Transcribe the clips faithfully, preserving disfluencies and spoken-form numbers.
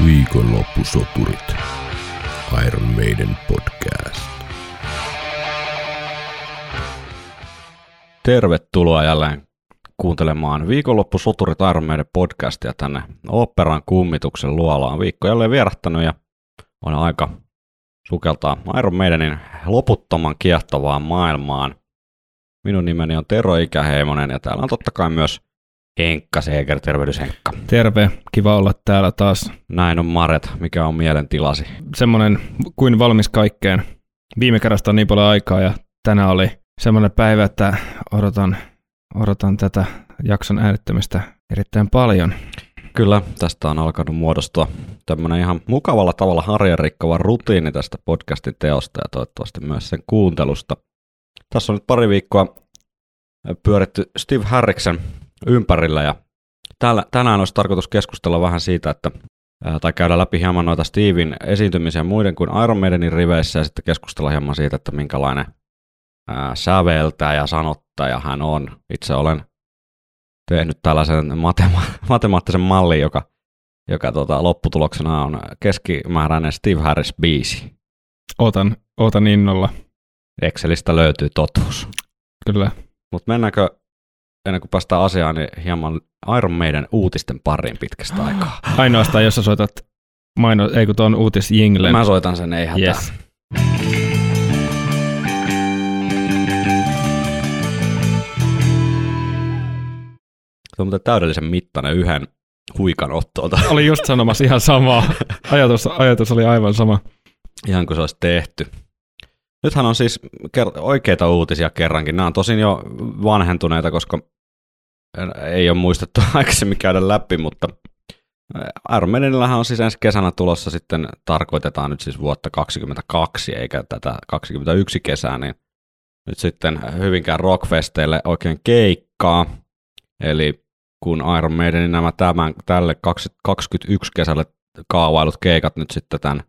Viikonloppusoturit. Iron Maiden podcast. Tervetuloa jälleen kuuntelemaan Viikonloppusoturit Iron Maiden podcastia tänne oopperan kummituksen luolaan. Viikko jälleen vierähtänyt ja on aika sukeltaa Iron Maidenin loputtoman kiehtovaan maailmaan. Minun nimeni on Tero Ikäheimonen ja täällä on totta kai myös Henkka Seeger. Tervehdys Henkka. Terve, kiva olla täällä taas. Näin on Marjat, mikä on mielentilasi? Semmoinen kuin valmis kaikkeen. Viime kerrasta on niin paljon aikaa ja tänään oli semmoinen päivä, että odotan, odotan tätä jakson äänittämistä erittäin paljon. Kyllä, tästä on alkanut muodostua tämmöinen ihan mukavalla tavalla harjan rikkova rutiini tästä podcastin teosta ja toivottavasti myös sen kuuntelusta. Tässä on nyt pari viikkoa pyöritty Steve Harriksen ympärillä ja täällä, tänään olisi tarkoitus keskustella vähän siitä, että tai käydä läpi hieman noita Steven esiintymisiä muiden kuin Iron Maidenin riveissä ja sitten keskustella hieman siitä, että minkälainen ää, säveltäjä ja sanottaja hän on. Itse olen tehnyt tällaisen matema- matemaattisen mallin, joka, joka tota, lopputuloksena on keskimääräinen Steve Harris-biisi. Ootan, ootan innolla. Excelistä löytyy totuus. Kyllä. Mutta mennäänkö, ennen kuin päästään asiaan, niin hieman Iron Maiden uutisten pariin pitkästä aikaa. Ainoastaan, jos sä soitat maino, ei kun tuon uutisjinglen. Mä soitan sen, ei hätää. Yes. Se on muuten täydellisen mittainen yhden huikan ottolta. Oli just sanomassa ihan samaa. Ajatus, ajatus oli aivan sama. Ihan kuin se olisi tehty. Nythän on siis ker- oikeita uutisia kerrankin. Nämä on tosin jo vanhentuneita, koska ei ole muistettu aikaisemmin käydä läpi, mutta Iron Maidenillähän on siis ensi kesänä tulossa sitten, tarkoitetaan nyt siis vuotta kaksikymmentäkaksi eikä tätä kaksikymmentäyksi kesää, niin nyt sitten Hyvinkään Rockfesteille oikein keikkaa. Eli kun Iron Maidenin nämä tämän, tälle kaksikymmentäyksi kesälle kaavailut keikat nyt sitten tämän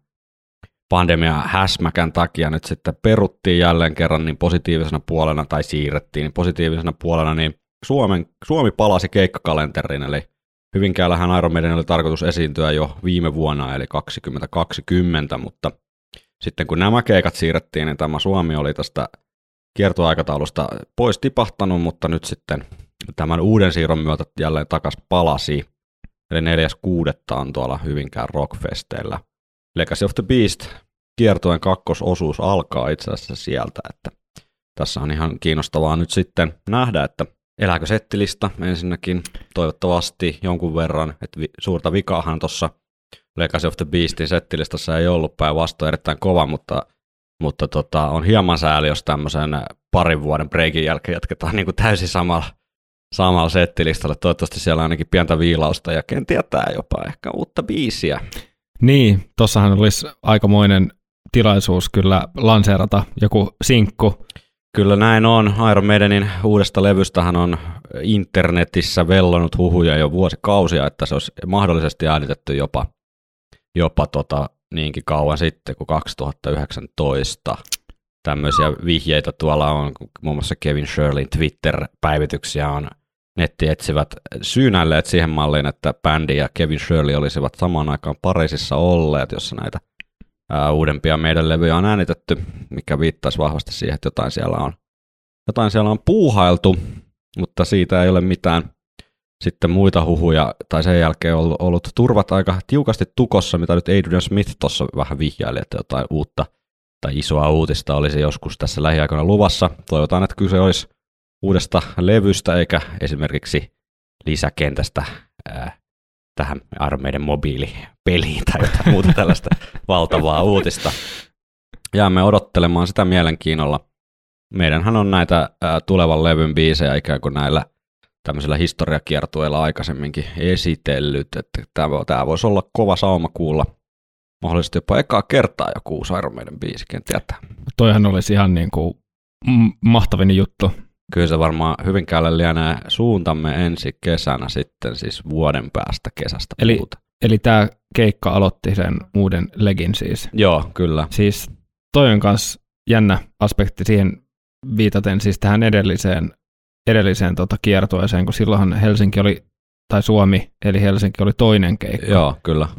pandemia häsmäkän takia nyt sitten peruttiin jälleen kerran niin positiivisena puolena, tai siirrettiin niin positiivisena puolena, niin Suomen, Suomi palasi keikkakalenteriin, eli Hyvinkäällähän Iron Maiden oli tarkoitus esiintyä jo viime vuonna, eli kaksituhattakaksikymmentä, mutta sitten kun nämä keikat siirrettiin, niin tämä Suomi oli tästä kiertoaikataulusta pois tipahtanut, mutta nyt sitten tämän uuden siirron myötä jälleen takas palasi, eli neljäs kuudetta on tuolla Hyvinkään Rockfesteillä. Legacy of the Beast kiertojen kakkososuus alkaa itse asiassa sieltä, että tässä on ihan kiinnostavaa nyt sitten nähdä, että elääkö settilista ensinnäkin toivottavasti jonkun verran, että vi- suurta vikaahan tuossa Legacy of the Beastin settilistassa ei ollut, päinvastoin erittäin kova, mutta, mutta tota, on hieman sääli, jos tämmöisen parin vuoden breikin jälkeen jatketaan niin kuin täysin samalla, samalla settilistalla. Toivottavasti siellä on ainakin pientä viilausta ja ken tietää jopa ehkä uutta biisiä. Niin, tossahan olisi aikamoinen tilaisuus kyllä lanseerata joku sinkku. Kyllä näin on. Iron Maidenin uudesta levystähän on internetissä vellonut huhuja jo vuosikausia, että se olisi mahdollisesti äänitetty jopa, jopa tota, niinkin kauan sitten kuin kaksituhattayhdeksäntoista. Tämmöisiä vihjeitä tuolla on, muun muassa Kevin Shirleyn Twitter-päivityksiä on nettietsivät syynäilleet siihen malliin, että bändi ja Kevin Shirley olisivat samaan aikaan Pariisissa olleet, jossa näitä ää, uudempia meidän levyjä on äänitetty, mikä viittaisi vahvasti siihen, että jotain siellä on, jotain siellä on puuhailtu, mutta siitä ei ole mitään sitten muita huhuja, tai sen jälkeen on ollut, ollut turvat aika tiukasti tukossa, mitä nyt Adrian Smith tuossa vähän vihjaili, että jotain uutta tai isoa uutista olisi joskus tässä lähiaikoina luvassa. Toivotaan, että kyse olisi uudesta levystä, eikä esimerkiksi lisäkentästä ää, tähän Iron Maiden mobiilipeliin tai jotain muuta tällaista valtavaa uutista. Jäämme odottelemaan sitä mielenkiinnolla. Meidänhän on näitä ää, tulevan levyn biisejä ikään kuin näillä tämmöisillä historiakiertueilla aikaisemminkin esitellyt, että tämä voisi olla kova sauma kuulla mahdollisesti jopa ekaa kertaa joku uusi Iron Maiden biisi, ken tietää. Toihan olisi ihan niin kuin mahtavin juttu. Kyllä se varmaan Hyvinkäälle lienee suuntamme ensi kesänä sitten, siis vuoden päästä kesästä eli, puhuta. Eli tämä keikka aloitti sen uuden legin siis. Joo, kyllä. Siis toi on myös jännä aspekti siihen viitaten siis tähän edelliseen, edelliseen tota kiertueeseen, kun silloinhan Helsinki oli, tai Suomi, eli Helsinki oli toinen keikka. Joo, kyllä.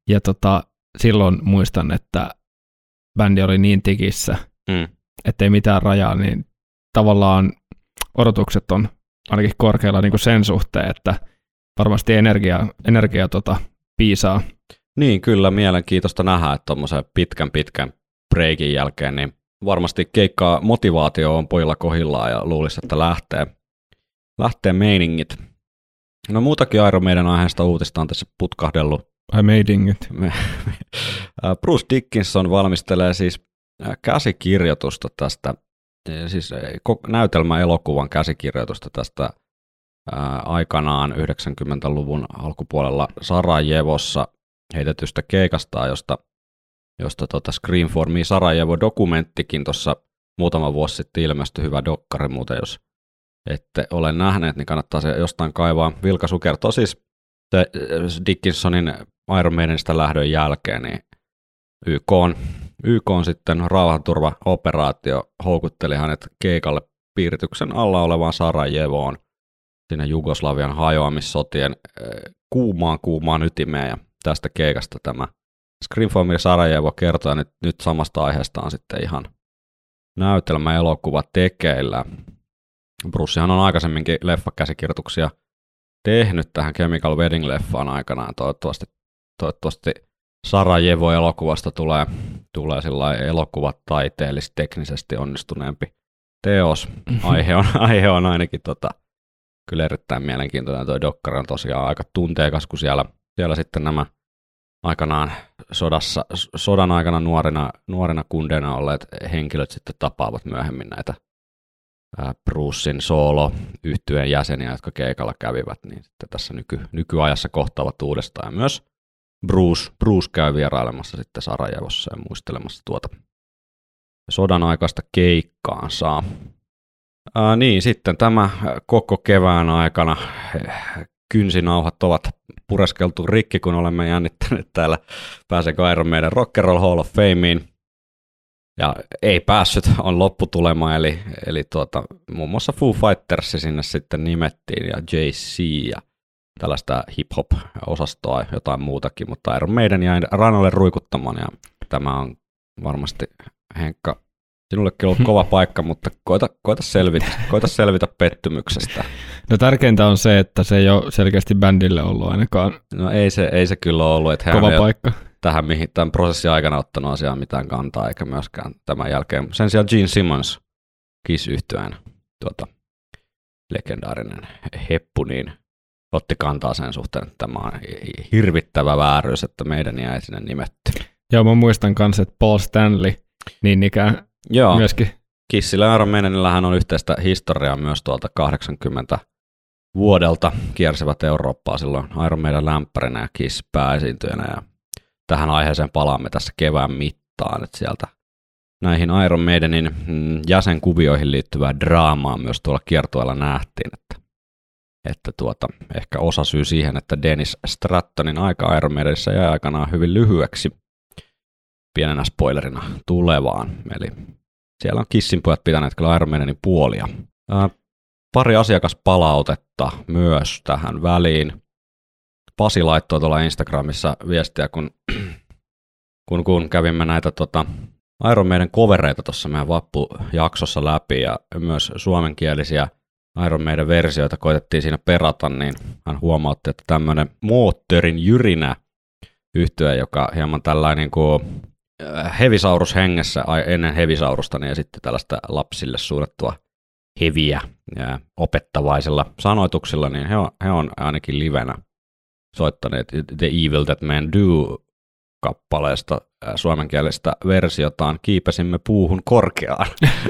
Ja tota, silloin muistan, että bändi oli niin tikissä, Mm. ettei mitään rajaa, niin tavallaan odotukset on ainakin korkealla niin kuin sen suhteen, että varmasti energia, energia tota, piisaa. Niin, kyllä mielenkiintoista nähdä, että tuommoisen pitkän pitkän breikin jälkeen, niin varmasti keikkaa motivaatio on pojilla kohillaan ja luulisi, että lähtee, lähtee meiningit. No muutakin Iron Maiden aiheesta uutista on tässä putkahdellut. I made it. Bruce Dickinson valmistelee siis käsikirjoitusta tästä, siis näytelmäelokuvan käsikirjoitusta tästä ää, aikanaan yhdeksänkymmentäluvun alkupuolella Sarajevossa heitetystä keikasta, josta, josta tota Scream for Me Sarajevo-dokumenttikin tuossa muutama vuosi sitten ilmestyi, hyvä dokkari muuten, jos ette ole nähneet, niin kannattaa se jostain kaivaa. Vilkaisu kertoo siis se Dickinsonin Iron Maidenistä lähdön jälkeen, niin Y K on, Y K on sitten rauhanturvaoperaatio houkutteli hänet keikalle piirityksen alla olevaan Sarajevoon sinne Jugoslavian hajoamissotien kuumaan kuumaan ytimeen, ja tästä keikasta tämä Scream for Me Sarajevo kertoo, että nyt samasta aiheesta on sitten ihan näytelmäelokuva tekeillä. Brucehan on aikaisemminkin leffakäsikirjoituksia tehnyt tähän Chemical Wedding-leffaan aikanaan. Toivottavasti, toivottavasti Sarajevo-elokuvasta tulee, tulee elokuvataiteellis-teknisesti onnistuneempi teos. Aihe on, aihe on ainakin tota, kyllä erittäin mielenkiintoinen. Tuo dokkari on tosiaan aika tunteikas, kun siellä, siellä sitten nämä aikanaan sodassa, sodan aikana nuorina, nuorina kundeina olleet henkilöt sitten tapaavat myöhemmin näitä Brucen soolo-yhtyeen jäseniä, jotka keikalla kävivät, niin sitten tässä nyky, nykyajassa kohtaavat uudestaan. Ja myös Bruce, Bruce käy vierailemassa sitten Sarajevossa ja muistelemassa tuota sodan aikaista keikkaansa. Ää, niin, sitten tämä koko kevään aikana kynsinauhat ovat pureskeltu rikki, kun olemme jännittäneet täällä, pääseekö Iron Maiden Rock and Roll Hall of Fameen. Ja ei päässyt, on lopputulema, eli, eli tuota, muun muassa Foo Fighters sinne sitten nimettiin, ja J C ja tällaista hip-hop-osastoa ja jotain muutakin, mutta Iron Maiden jäi rannalle ruikuttamaan, ja tämä on varmasti, Henkka, sinullekin ollut kova paikka, mutta koita, koita, selvitä, koita selvitä pettymyksestä. No tärkeintä on se, että se ei ole selkeästi bändille ollut ainakaan. No ei se, ei se kyllä ole ollut, että kova paikka. Tähän mihin tämän prosessin aikana ottanut asiaan mitään kantaa, eikä myöskään tämän jälkeen. Sen sijaan Gene Simmons, Kiss-yhtyeen tuota, legendaarinen heppu, niin otti kantaa sen suhteen, että tämä on hirvittävä vääryys, että meidän jäi sinne nimetty. Joo, mä muistan kanssa, että Paul Stanley, niin ikään Joo, myöskin. Kissillä ja Iron Maidenillähän on yhteistä historiaa myös tuolta kahdeksankymmentä vuodelta, kiersivät Eurooppaa silloin Iron Maiden lämpärinä ja Kiss pääesiintyjänä, ja tähän aiheeseen palaamme tässä kevään mittaan, että sieltä näihin Iron Maidenin jäsenkuvioihin liittyvää draamaa myös tuolla kiertueella nähtiin, että, että tuota, ehkä osa syy siihen, että Dennis Strattonin aika Iron Maidenissä jäi aikanaan hyvin lyhyeksi pienenä spoilerina tulevaan, eli siellä on Kissin pojat pitäneet kyllä Iron Maidenin puolia. Ää, pari asiakaspalautetta myös tähän väliin. Pasi laittoi tuolla Instagramissa viestiä, kun, kun, kun kävimme näitä tota, Iron Maiden covereita tuossa meidän vappujaksossa läpi ja myös suomenkielisiä Iron Maiden versioita koitettiin siinä perata, niin hän huomautti, että tämmöinen moottorin jyrinä yhtye, joka hieman tällainen niin kuin Hevisaurus hengessä ennen Hevisaurusta, niin esitti tällaista lapsille suunnattua heviä ja opettavaisilla sanoituksilla, niin he on, he on ainakin livenä soittaneet The Evil That Men Do-kappaleesta suomenkielistä versiotaan Kiipesimme puuhun korkeaan.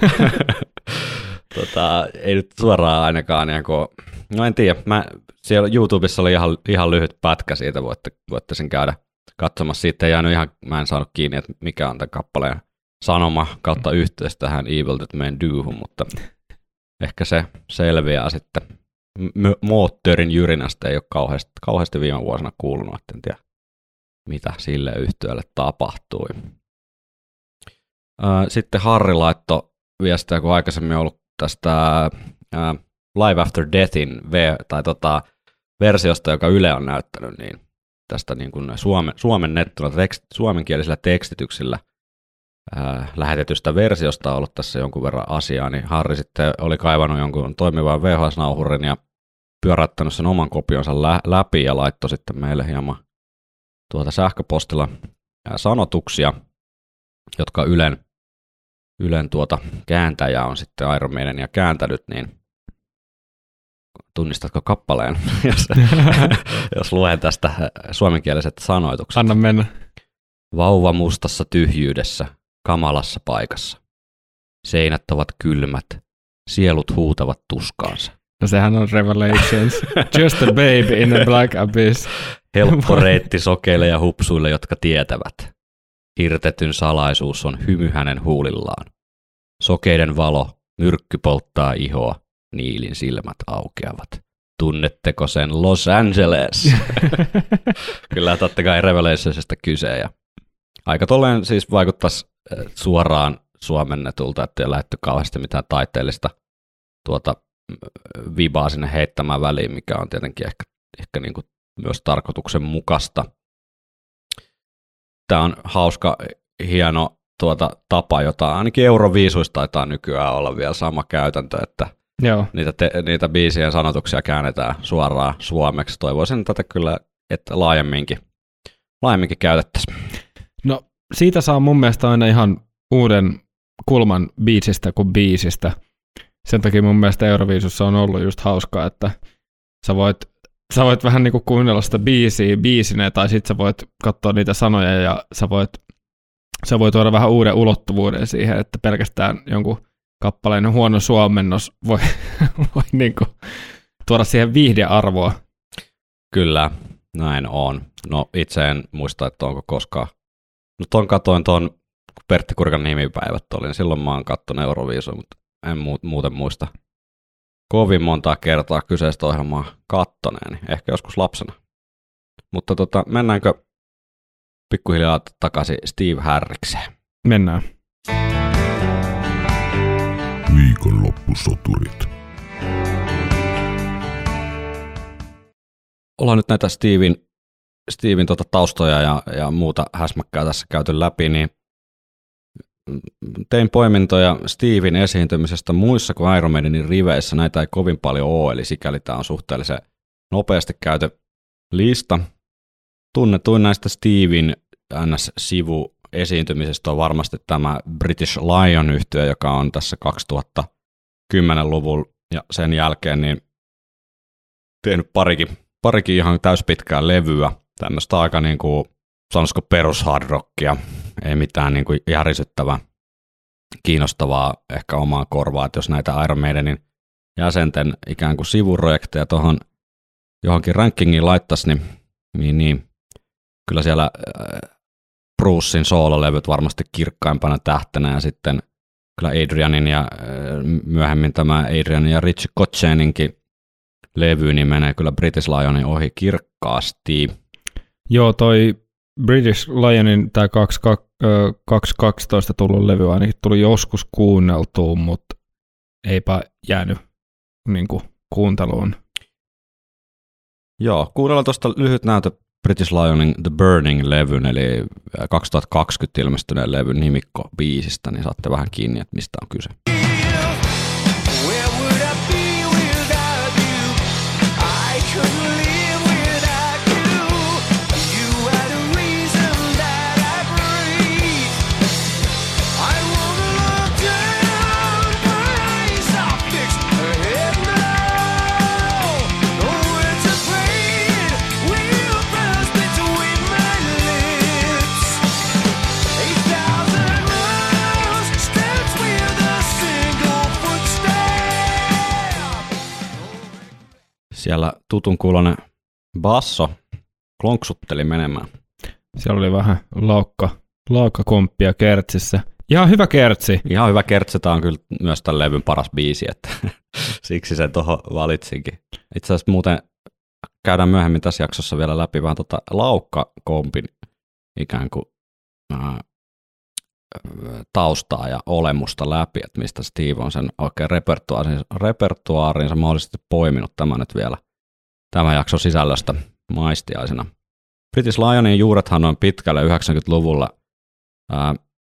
tota, ei nyt suoraan ainakaan, niin kuin, no en tiedä, mä, siellä YouTubessa oli ihan, ihan lyhyt pätkä siitä, voitte, voitte sen käydä katsomassa. Siitä ei jäänyt ihan, mä en saanut kiinni, että mikä on tämän kappaleen sanoma kautta yhteys tähän Evil That Men Dohun, mutta ehkä se selviää sitten. M- moottorin jyrinästä ei ole kauheasti, kauheasti viime vuosina kuulunut, että en tiedä, mitä sille yhtiölle tapahtui. Sitten Harri laittoi viestiä, kun aikaisemmin ollut tästä ää, Live After Deathin v- tai tota, versiosta, joka Yle on näyttänyt, niin tästä niin kuin suome, suomennettuna tekst, suomenkielisillä tekstityksillä ää, lähetetystä versiosta on ollut tässä jonkun verran asiaa, niin Harri sitten oli kaivannut jonkun toimivan V H S-nauhurin ja pyöräyttänyt sen oman kopionsa lä- läpi ja laittoi sitten meille hieman tuota sähköpostilla ää, sanotuksia, jotka Ylen, Ylen tuota kääntäjä on sitten Iron Maidenia kääntänyt, niin tunnistatko kappaleen, jos, jos luen tästä suomenkieliset sanoitukset? Anna mennä. Vauva mustassa tyhjyydessä, kamalassa paikassa. Seinät ovat kylmät, sielut huutavat tuskaansa. No sehän on Revelations. Just a baby in a black abyss. Helppo reitti sokeille ja hupsuille, jotka tietävät. Hirtetyn salaisuus on hymy hänen huulillaan. Sokeiden valo, myrkky polttaa ihoa. Niilin silmät aukeavat. Tunnetteko sen Los Angeles? Kyllä totta kai Revelationsista kyse. Ja aika tolleen siis vaikuttaisi suoraan suomennetulta, että ei ole lähdetty kauheasti mitään taiteellista tuota vibaa sinne heittämään väliin, mikä on tietenkin ehkä, ehkä niin kuin myös tarkoituksenmukaista. Tämä on hauska, hieno tuota tapa, jota ainakin Euroviisuista taitaa nykyään olla vielä sama käytäntö, että Joo. Niitä, te, niitä biisien sanotuksia käännetään suoraan suomeksi. Toivoisin tätä kyllä, että laajemminkin, laajemminkin käytettäisiin. No siitä saa mun mielestä aina ihan uuden kulman biisistä kuin biisistä. Sen takia mun mielestä Euroviisussa on ollut just hauskaa, että sä voit, sä voit vähän niin kuin kuunnella sitä biisiä biisineen, tai sit sä voit katsoa niitä sanoja ja sä voit, sä voit tuoda vähän uuden ulottuvuuden siihen, että pelkästään jonkun kappaleen huono suomennos voi, voi niin kuin tuoda siihen viihdearvoa. Kyllä, näin on. No itse en muista, että onko koskaan. No ton katoin ton, kun Pertti Kurkan nimipäivät oli, niin silloin mä oon kattonut Euroviisua, mutta en muuten muista kovin montaa kertaa kyseistä ohjelmaa kattoneeni, ehkä joskus lapsena. Mutta tota, mennäänkö pikkuhiljaa takaisin Steve Harrikseen? Mennään. Viikonloppusoturit. Ollaan nyt näitä Steven, Steven tuota taustoja ja, ja muuta häsmäkkää tässä käyty läpi, niin tein poimintoja Steven esiintymisestä muissa kuin Iron Maidenin riveissä. Näitä ei kovin paljon ole, eli sikäli tämä on suhteellisen nopeasti käyty lista. Tunnetuin näistä Steven N S-sivuesiintymisestä on varmasti tämä British Lion-yhtye, joka on tässä kaksituhattakymmenen-luvulla ja sen jälkeen niin tehnyt parikin, parikin ihan täyspitkää levyä, tämmöistä aika niin kuin, sanoisiko perus hard rockia, ei mitään niin kuin järisyttävää, kiinnostavaa ehkä omaa korvaa, että jos näitä Iron Maidenin jäsenten ikään kuin sivuprojekteja tuohon johonkin rankingiin laittaisi, niin, niin, niin kyllä siellä Brucein soololevyt varmasti kirkkaimpana tähtenä ja sitten kyllä Adrianin ja myöhemmin tämä Adrianin ja Richie Kocheninkin levy niin menee kyllä British Lionin ohi kirkkaasti. Joo, toi British Lionin tämä kaksituhattakaksitoista tullut levy ainakin tuli joskus kuunneltua, mutta eipä jäänyt niin kuin kuunteluun. Joo, kuunnellaan tuosta lyhyt näytö British Lionin The Burning-levyn, eli kaksituhattakaksikymmentä ilmestyneen levyn nimikko biisistä, niin saatte vähän kiinni, että mistä on kyse. Siellä tutun kuuloinen basso klonksutteli menemään. Siellä oli vähän laukka, laukkakomppia kertsissä. Ihan hyvä kertsi. Ihan hyvä kertsi. Tämä on kyllä myös tämän levyn paras biisi, että siksi sen tuohon valitsinkin. Itse asiassa muuten käydään myöhemmin tässä jaksossa vielä läpi vähän tuota laukkakompin ikään kuin ää, taustaa ja olemusta läpi, että mistä Steve on sen oikein repertuaarinsa, repertuaarinsa mahdollisesti poiminut. Tämä nyt vielä tämän jakson sisällöstä maistiaisena. British Lionin juurethan on pitkälle yhdeksänkymmentäluvulla. Ää,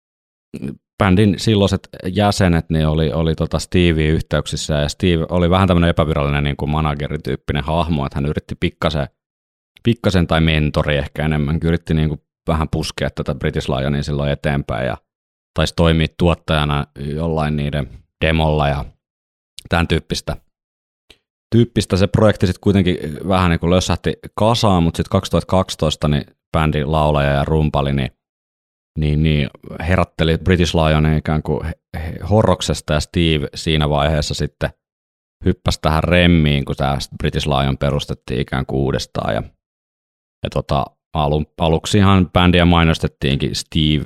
bändin silloiset jäsenet niin oli, oli tota Stevie yhteyksissä, ja Steve oli vähän tämmöinen epävirallinen niin kuin managerityyppinen hahmo, että hän yritti pikkasen, pikkasen tai mentori ehkä enemmän, yritti niin kuin vähän puskea tätä British Lionia silloin eteenpäin, ja taisi toimia tuottajana jollain niiden demolla, ja tämän tyyppistä. Tyyppistä se projekti sitten kuitenkin vähän niin kuin lössähti kasaan, mutta sitten kaksituhattakaksitoista niin bändin laulaja ja rumpali niin, niin, niin herätteli British Lionin ikään kuin horroksesta, ja Steve siinä vaiheessa sitten hyppäsi tähän remmiin, kun tämä British Lion perustettiin ikään kuin uudestaan. Ja, ja tota, alu, aluksihan bändiä mainostettiinkin Steve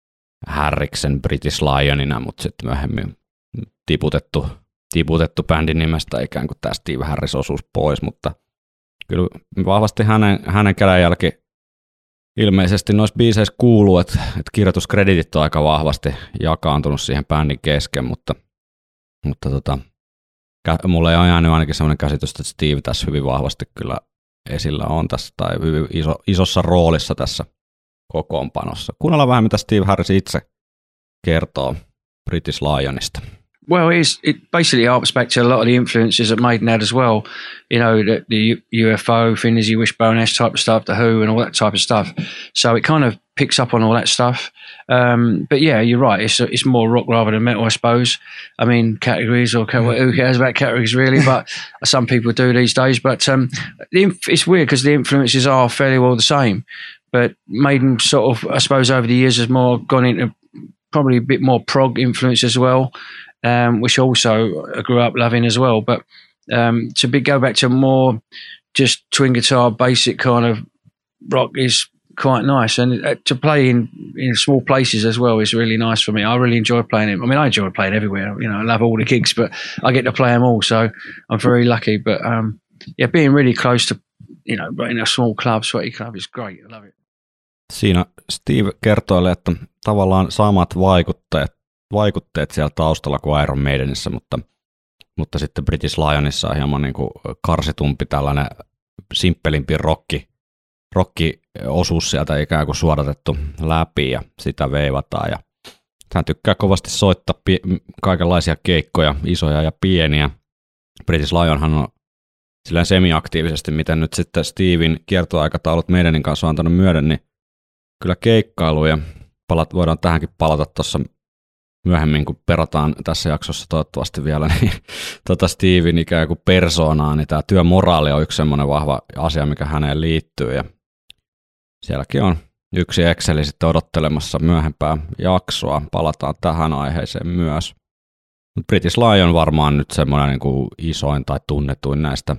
Harriksen British Lionina, mutta sitten myöhemmin tiputettu tiputettu bändin nimestä ikään kuin tämä Steve Harris osuus pois, mutta kyllä vahvasti hänen, hänen kädenjälki ilmeisesti noissa biiseissä kuuluu, että, että kirjoituskreditit on aika vahvasti jakaantunut siihen bändin kesken, mutta, mutta tota, mulle on jäänyt ainakin sellainen käsitys, että Steve tässä hyvin vahvasti kyllä esillä on tässä, tai hyvin iso, isossa roolissa tässä kokoonpanossa. Kuunnellaan vähän, mitä Steve Harris itse kertoo British Lionista. Well, it, is, it basically harks back to a lot of the influences that made Nad as well. You know, the, the U F O thing, Izzy Wishbone-esque type of stuff, The Who and all that type of stuff. So it kind of picks up on all that stuff. Um, but yeah, you're right. It's it's more rock rather than metal, I suppose. I mean, categories or who cares about categories really? But some people do these days. But um, the, it's weird because the influences are fairly well the same. But Maiden sort of, I suppose, over the years has more gone into probably a bit more prog influence as well. Um, which also I grew up loving as well. But um, to be, go back to more just twin guitar, basic kind of rock is quite nice. And uh, to play in, in small places as well is really nice for me. I really enjoy playing it. I mean, I enjoy playing everywhere. You know, I love all the gigs, but I get to play them all. So I'm very lucky. But um, yeah, being really close to, you know, in a small club, sweaty club is great. I love it. Siinä Steve kertoilee, että tavallaan samat vaikutteet vaikutteet siellä taustalla kuin Iron Maidenissä, mutta, mutta sitten British Lionissa on hieman niin kuin karsitumpi tällainen simppelimpi rokki, rokkiosuus sieltä ikään kuin suodatettu läpi ja sitä veivataan. Ja hän tykkää kovasti soittaa pie- kaikenlaisia keikkoja, isoja ja pieniä. British Lionhan on silleen semi-aktiivisesti, miten nyt sitten Steven kiertoaikataulut Maidenin kanssa on antanut myöden, niin kyllä keikkailuja, palat, voidaan tähänkin palata tuossa myöhemmin, kun perataan tässä jaksossa toivottavasti vielä, niin tota Steven ikään kuin persoonaa, niin tämä työmoraali on yksi semmoinen vahva asia, mikä häneen liittyy, ja sielläkin on yksi Exceli sitten odottelemassa myöhempää jaksoa, palataan tähän aiheeseen myös. British Lion varmaan nyt semmoinen niin kuin isoin tai tunnetuin näistä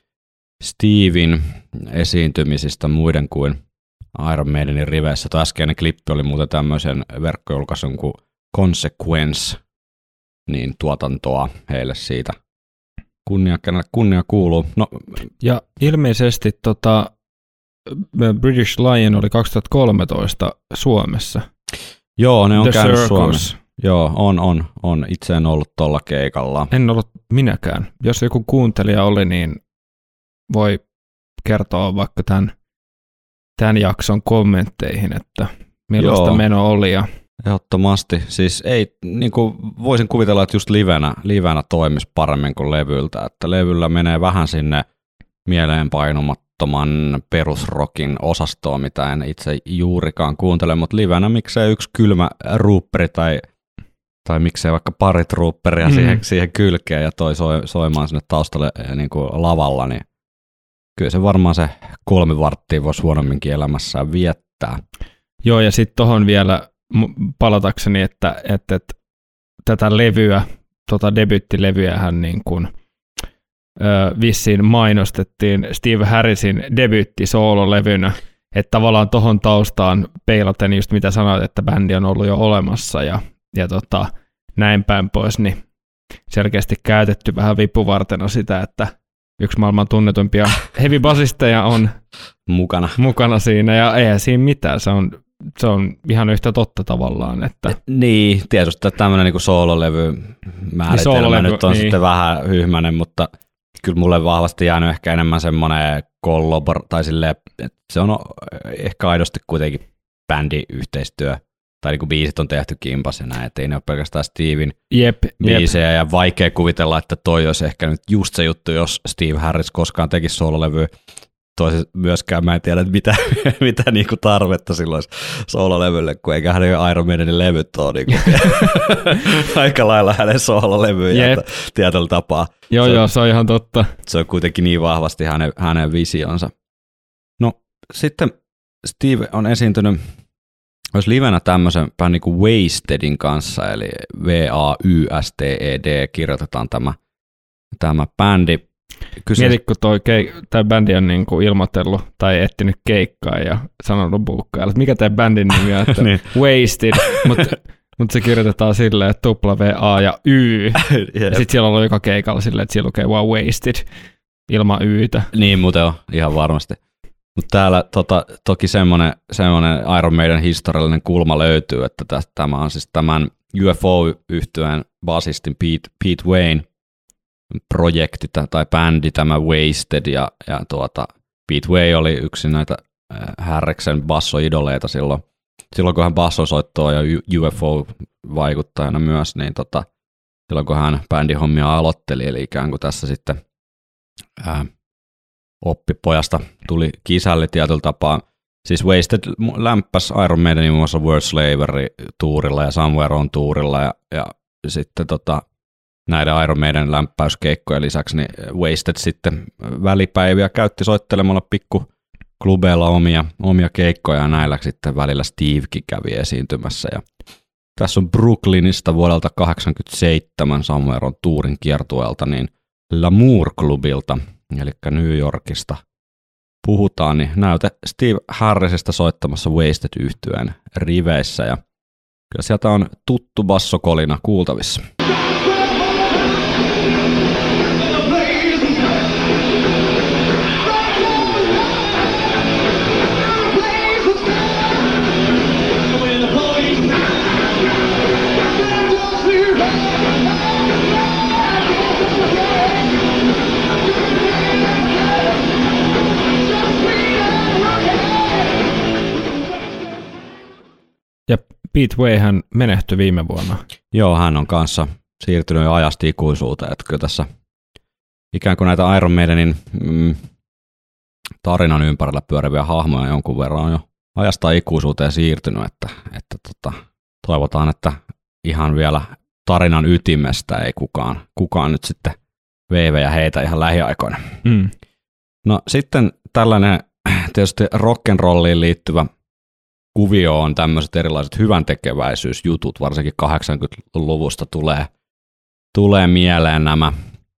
Steven esiintymisistä muiden kuin Iron Maidenin riveissä. Tuo äskeinen klippi oli muuten tämmöisen verkkojulkaisun kuin Consequence, niin tuotantoa heille siitä. Kunnia, kenelle kunnia kuuluu. No. Ja ilmeisesti tota, British Lion oli kaksituhattakolmetoista Suomessa. Joo, ne on The käynyt Circus. Suomessa. Joo, on, on, on. Itse en ollut tuolla keikalla. En ollut minäkään. Jos joku kuuntelija oli, niin voi kertoa vaikka tämän, tämän jakson kommentteihin, että millaista Joo. meno oli. Ja ehdottomasti. Siis ei, niin kuin voisin kuvitella, että just livenä, livenä toimisi paremmin kuin levyltä. Että levyllä menee vähän sinne mieleenpainumattoman perusrokin osastoon, mitä en itse juurikaan kuuntele, mutta livenä miksei yksi kylmä ruupperi tai, tai miksei vaikka parit ruupperia mm. siihen, siihen kylkeen ja toi soi, soimaan sinne taustalle niin kuin lavalla, niin kyllä se varmaan se kolme varttia voisi huonomminkin elämässään viettää. Joo, ja sitten tohon vielä palatakseni, että, että, että tätä levyä, tota debyttilevyähän niin kuin ö, vissiin mainostettiin Steve Harrisin debyttisoololevynä, että tavallaan tohon taustaan peilaten just mitä sanoit, että bändi on ollut jo olemassa ja, ja tota, näin päin pois, niin selkeästi käytetty vähän vipuvartena sitä, että yksi maailman tunnetumpia heavy-basisteja on mukana. mukana siinä ja eihän siinä mitään, se on Se on ihan yhtä totta tavallaan. Että niin, tietysti tämmöinen niin soololevy määritelmä niin nyt on niin sitten vähän hyhmäinen, mutta kyllä mulle vahvasti jäänyt ehkä enemmän semmoinen kollabor, tai silleen, että se on ehkä aidosti kuitenkin bändiyhteistyö, tai niin kuin biisit on tehty kimpas ja näin, että ei ne ole pelkästään Steven jep, biisejä, jep. ja vaikea kuvitella, että toi olisi ehkä nyt just se juttu, jos Steve Harris koskaan tekisi soololevyä. Toisaalta myöskään mä en tiedä, että mitä, mitä niinku tarvetta silloin soololevylle, kun eikä hänen Iron Maidenin levyt ole niinku aika lailla hänen soololevyjä tietyllä tapaa. Joo, se on, joo, se on ihan totta. Se on kuitenkin niin vahvasti hänen, hänen visionsa. No sitten Steve on esiintynyt olisi livenä tämmöisen vähän niin kuin Wastedin kanssa, eli V A Y S T E D kirjoitetaan tämä, tämä bändi. Kyseis... Mieti, kun toi keik- tämä bändi on niinku ilmoitellut tai etsinyt keikkaa ja sanonut buukkaajalle, että mikä tämä bändin nimi on, että niin. Wasted, mutta mut se kirjoitetaan silleen, että tupla V A ja Y, ja sitten siellä on ollut joka keikalla silleen, että siellä lukee vaan Wasted ilman Ytä. Niin muuten on, ihan varmasti. Mutta täällä tota, toki semmoinen, semmoinen Iron Maiden historiallinen kulma löytyy, että tästä, tämä on siis tämän U F O-yhtyeen basistin Pete, Pete Wayne projekti tai bändi, tämä Wasted, ja, ja tuota, Pete Way oli yksi näitä Härreksen bassoidoleita silloin, silloin kun hän bassosoittoa ja U F O-vaikuttajana myös, niin tota, silloin kun hän bändihommia aloitteli, eli ikään kuin tässä sitten ää, oppipojasta tuli kisälle tietyllä tapaa. Siis Wasted lämpäs Iron Maidenin muun muassa World Slavery-tuurilla ja Somewhere On tuurilla, ja, ja sitten tota, näiden Iron Maiden lämpäyskeikkojen lisäksi niin Wasted sitten välipäiviä käytti soittelemalla pikku klubeilla omia, omia keikkoja, ja näillä sitten välillä Stevekin kävi esiintymässä. Ja tässä on Brooklynista vuodelta kahdeksankymmentäseitsemän Somewhere On tuurin kiertueelta niin Lamour-klubilta, eli New Yorkista puhutaan, niin näyte Steve Harrisista soittamassa Wasted-yhtyeen riveissä, ja kyllä sieltä on tuttu bassokolina kuultavissa. Ja Pete Way hän menehtyi viime vuonna. Joo, hän on kanssa siirtynyt jo ajasta ikuisuuteen, että kyllä tässä ikään kuin näitä Iron Maidenin mm, tarinan ympärillä pyöriviä hahmoja jonkun verran on jo ajasta ikuisuuteen siirtynyt, että, että tota, toivotaan, että ihan vielä tarinan ytimestä ei kukaan, kukaan nyt sitten veive ja heitä ihan lähiaikoina. Mm. No sitten tällainen tietysti rock'n'rolliin liittyvä kuvio on tämmöiset erilaiset hyväntekeväisyysjutut, varsinkin kahdeksankymmentäluvusta tulee, tulee mieleen nämä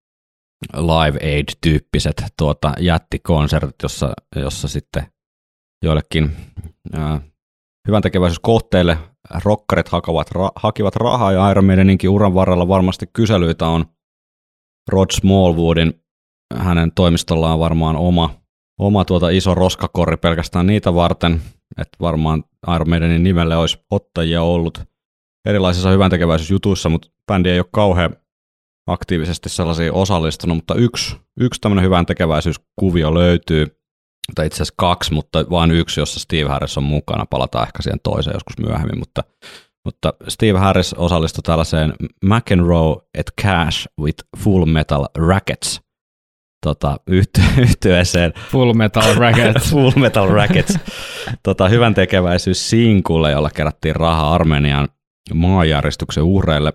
Live Aid-tyyppiset tuota, jättikonsertit, jossa, jossa sitten joillekin ää, hyväntekeväisyyskohteille rockarit hakavat, ra, hakivat rahaa, ja Iron Maideninkin uran varrella varmasti kyselyitä on. Rod Smallwoodin, hänen toimistollaan on varmaan oma, oma tuota iso roskakorri pelkästään niitä varten, että varmaan Iron Maidenin nimelle olisi ottajia ollut erilaisissa hyväntekeväisyysjutuissa, mutta bändi ei ole kauhean aktiivisesti sellaisia osallistunut, mutta yksi, yksi tämmöinen hyväntekeväisyyskuvio löytyy, tai itse asiassa kaksi, mutta vain yksi, jossa Steve Harris on mukana, palataan ehkä siihen toiseen joskus myöhemmin, mutta, mutta Steve Harris osallistui tällaiseen McEnroe et Cash with Full Metal Rackets tota, yhtyeeseen. Full Metal Rackets. Full Metal Rackets. tota, hyvän tekeväisyys sinkulle, jolla kerättiin rahaa Armenian maanjäristyksen uhreille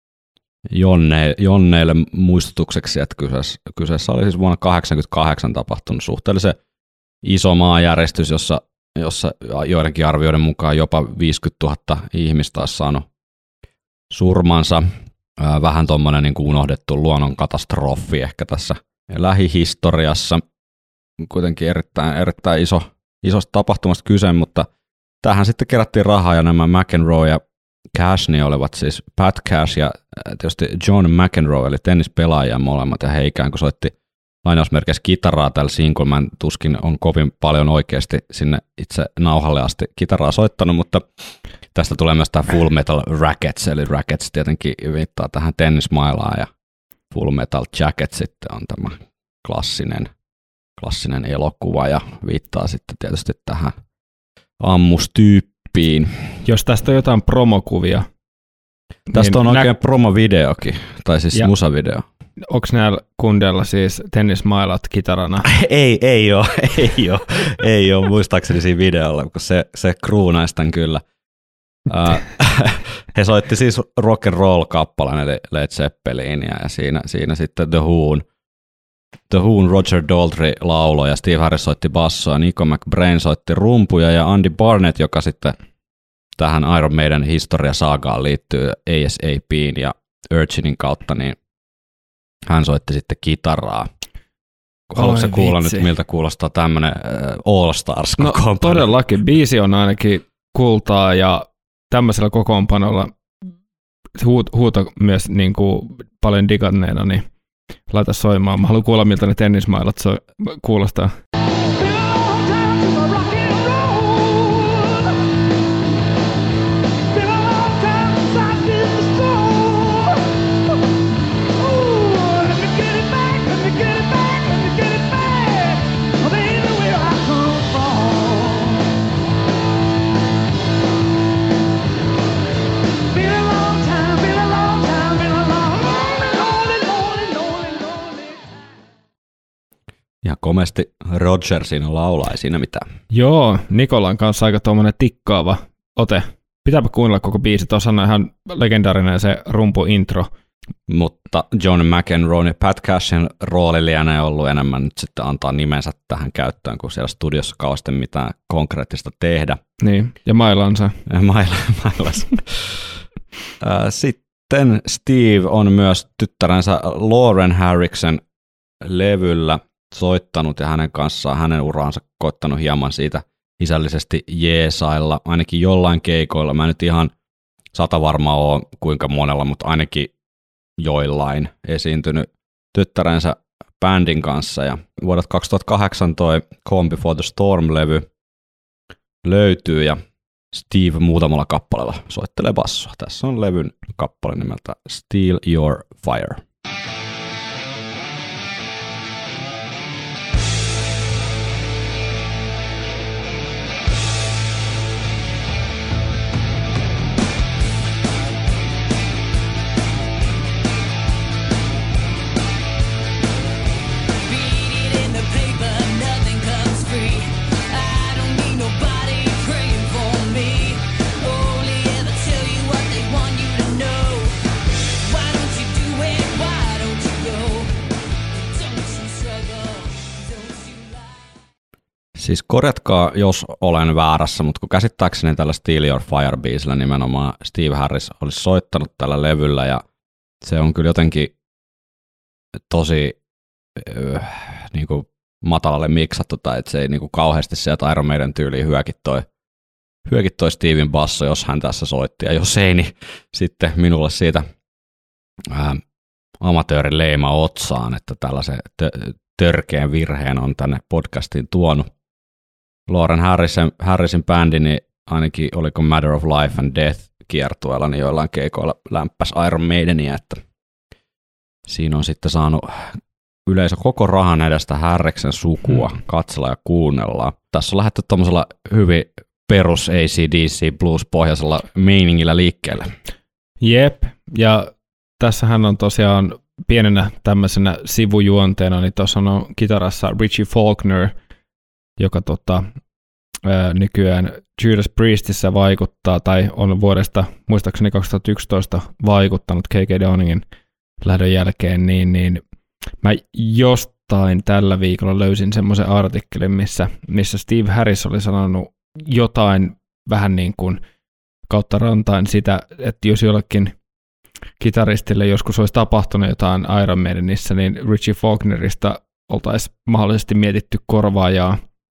jonne, jonneille muistutukseksi, että kyseessä, kyseessä oli siis vuonna kahdeksankymmentäkahdeksan tapahtunut suhteellisen iso maanjäristys, jossa, jossa joidenkin arvioiden mukaan jopa viisikymmentätuhatta ihmistä olisi saanut surmansa. Vähän tuommoinen niin kuin unohdettu luonnonkatastrofi ehkä tässä lähihistoriassa. Kuitenkin erittäin, erittäin iso, isosta tapahtumasta kyse, mutta tähän sitten kerättiin rahaa, ja nämä McEnroe ja Cash niin olivat siis Pat Cash ja tietysti John McEnroe, eli tennispelaajia molemmat, ja he ikään kuin soitti lainausmerkeissä kitaraa tällä sinkulla. Mä en tuskin on kovin paljon oikeasti sinne itse nauhalle asti kitaraa soittanut, mutta tästä tulee myös tämä Full Metal Rackets, eli Rackets tietenkin viittaa tähän tennismailaan, ja Full Metal Jacket sitten on tämä klassinen, klassinen elokuva ja viittaa sitten tietysti tähän ammustyyppiin. Jos tästä on jotain promokuvia. Tästä niin on nä- oikein promovideokin, tai siis ja musavideo. Onko näillä kundeilla siis tennismailat kitarana? Ei, ei ole, ei ole, ei ole muistaakseni siinä videolla, kun se, se kruunaisi tämän kyllä. Uh, he soitti siis rock and roll kappaleen eli Led Zeppelinia ja siinä, siinä sitten The Who'n, The Who'n Roger Daltrey lauloi ja Steve Harris soitti bassoa, Nico McBrain soitti rumpuja ja Andy Barnett, joka sitten tähän Iron Maiden historiasaagaan liittyy A S A P:n ja Urchinin kautta, niin hän soitti sitten kitaraa. Haluatko kuulla nyt, miltä kuulostaa tämmöinen All Stars kokoonpano? No todellakin, biisi on ainakin kultaa ja tämmöisellä kokoonpanolla huut, huuto myös niin kuin paljon diganneena, niin laita soimaan. Mä haluan kuulla, miltä ne tennismailat soi, kuulostaa. Ja komesti Roger siinä laulaa, ei siinä mitään. Joo, Nikolan kanssa aika tuommoinen tikkaava ote. Pitääpä kuunnella koko biisi, tuossa on ihan legendaarinen se rumpu-intro. Mutta John McEnroe ja Pat Cashin rooli lienee ollut enemmän nyt sitten antaa nimensä tähän käyttöön, kun siellä studiossa kauheasti mitään konkreettista tehdä. Niin, ja mailansa. Maila, mailansa. Sitten Steve on myös tyttärensä Lauren Harriksen levyllä soittanut ja hänen kanssaan hänen uraansa koittanut hieman siitä isällisesti jeesailla, ainakin jollain keikoilla. Mä en nyt ihan sata varma ole kuinka monella, mutta ainakin joillain esiintynyt tyttärensä bändin kanssa. Ja vuodet kaksituhattakahdeksan toi Calm Before the Storm-levy löytyy ja Steve muutamalla kappaleella soittelee bassoa. Tässä on levyn kappale nimeltä Steal Your Fire. Siis korjatkaa, jos olen väärässä, mutta kun käsittääkseni tällä Steal Your Fire-biisillä nimenomaan Steve Harris olisi soittanut tällä levyllä ja se on kyllä jotenkin tosi äh, niin kuin matalalle miksattu tai että se ei niin kuin kauheasti sieltä Iron Maiden tyyliin hyökin toi, hyökin toi Steven basso, jos hän tässä soitti ja jos ei, niin sitten minulle siitä äh, amatöörin leima otsaan, että tällaisen tö- törkeän virheen on tänne podcastiin tuonut. Lauren Harrisin, Harrisin bändi, niin ainakin oliko Matter of Life and Death kiertueella, niin joillain keikoilla lämpäs Iron Maidenia, että siinä on sitten saanut yleisö koko rahan edestä Harriksen sukua hmm. katsella ja kuunnella. Tässä on lähdetty tuollaisella hyvin perus A C D C blues-pohjaisella meiningillä liikkeelle. Jep, ja tässähän on tosiaan pienenä tämmöisenä sivujuonteena, niin tuossa on kitarassa Richie Faulkner, joka tota, ää, nykyään Judas Priestissä vaikuttaa, tai on vuodesta muistaakseni kaksituhattayksitoista vaikuttanut K K Downingin lähdön jälkeen, niin, niin mä jostain tällä viikolla löysin semmoisen artikkelin, missä, missä Steve Harris oli sanonut jotain vähän niin kuin kautta rantain sitä, että jos jollekin kitaristille joskus olisi tapahtunut jotain Iron Maidenissä, niin Richie Faulknerista oltaisiin mahdollisesti mietitty korvaajaa.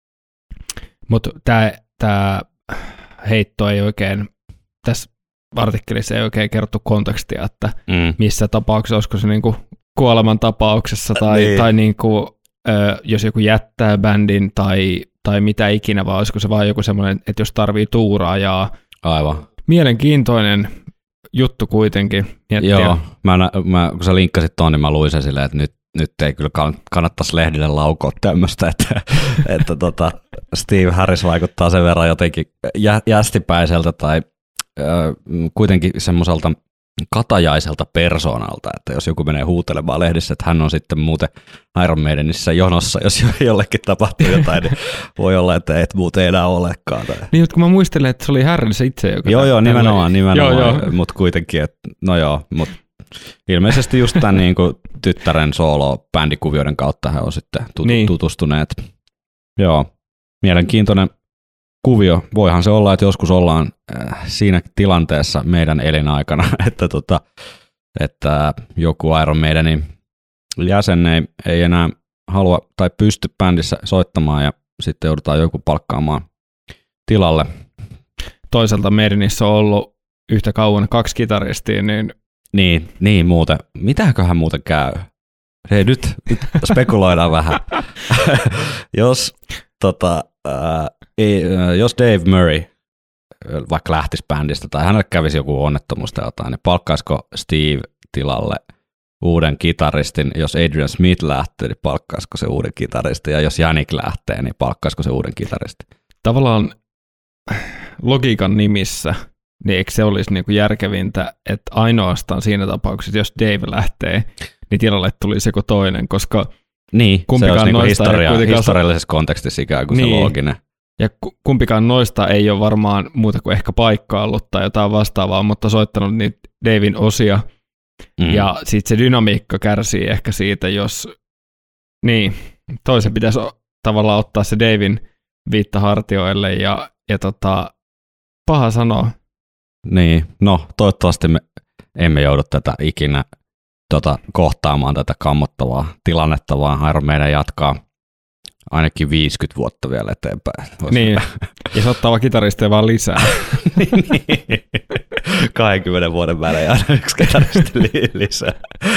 Mutta tämä heitto ei oikein, tässä artikkelissa ei oikein kerrottu kontekstia, että mm. missä tapauksessa, olisiko se niinku kuoleman tapauksessa tai, niin. tai niinku, ö, jos joku jättää bändin tai, tai mitä ikinä, vai olisiko se vaan joku semmoinen, että jos tarvii tuuraajaa. Aivan. Mielenkiintoinen juttu kuitenkin. Miettiä. Joo, mä, mä, kun sä linkkasit tuon, niin mä luin sen silleen, että nyt, nyt ei kyllä kannattaisi lehdille laukoa tämmöistä, että, että tota Steve Harris vaikuttaa sen verran jotenkin jä, jästipäiseltä tai ö, kuitenkin semmoiselta katajaiselta persoonalta, että jos joku menee huutelemaan lehdissä, että hän on sitten muuten Iron Maidenissä jonossa, jos jollekin tapahtuu jotain, niin voi olla, että et muuten enää olekaan. Tai. Niin, mutta kun mä muistelen, että se oli Harris itse, joka... Joo, joo, nimenomaan, nimenomaan, joo, mutta kuitenkin, että no joo, mutta ilmeisesti just tämän niin kuin tyttären solo-bändikuvioiden kautta he on sitten tut- niin. tutustuneet. Joo, mielenkiintoinen kuvio. Voihan se olla, että joskus ollaan äh, siinä tilanteessa meidän elinaikana, että, tota, että joku Iron Maidenin jäsen ei, ei enää halua tai pysty bändissä soittamaan ja sitten joudutaan joku palkkaamaan tilalle. Toisaalta Maidenissä on ollut yhtä kauan kaksi kitaristia, niin... Niin, niin muuten. Mitäköhän muuten käy? Hei, nyt, nyt spekuloidaan vähän. jos, tota, ää, ei, jos Dave Murray vaikka lähtisi bändistä tai hänelle kävisi joku onnettomuus tai jotain, niin palkkaisiko Steve tilalle uuden kitaristin? Jos Adrian Smith lähtee, niin palkkaisiko se uuden kitaristin? Ja jos Jannik lähtee, niin palkkaisiko se uuden kitaristin? Tavallaan logiikan nimissä, niin eikö se olisi niinku järkevintä, että ainoastaan siinä tapauksessa, jos Dave lähtee, niin tilalle tulisi joku toinen, koska niin, kumpikaan se olisi noista niinku historia, kuitenkaan... historiallisessa kontekstissa ikään kuin niin. Se looginen. Ja kumpikaan noista ei ole varmaan muuta kuin ehkä paikkaillut tai jotain vastaavaa, mutta soittanut niitä Davin osia, mm. ja sitten se dynamiikka kärsii ehkä siitä, jos niin, toisen pitäisi tavallaan ottaa se Davin viitta hartioille, ja, ja tota, paha sanoa. Niin, no toivottavasti me emme joudu tätä ikinä tota, kohtaamaan tätä kammottavaa tilannetta, vaan Iron Maiden jatkaa ainakin viisikymmentä vuotta vielä eteenpäin. Niin, ja se ottaa vaan kitaristeja vaan lisää. niin, niin. kaksikymmentä vuoden välein aina yksi kitaristi lisää.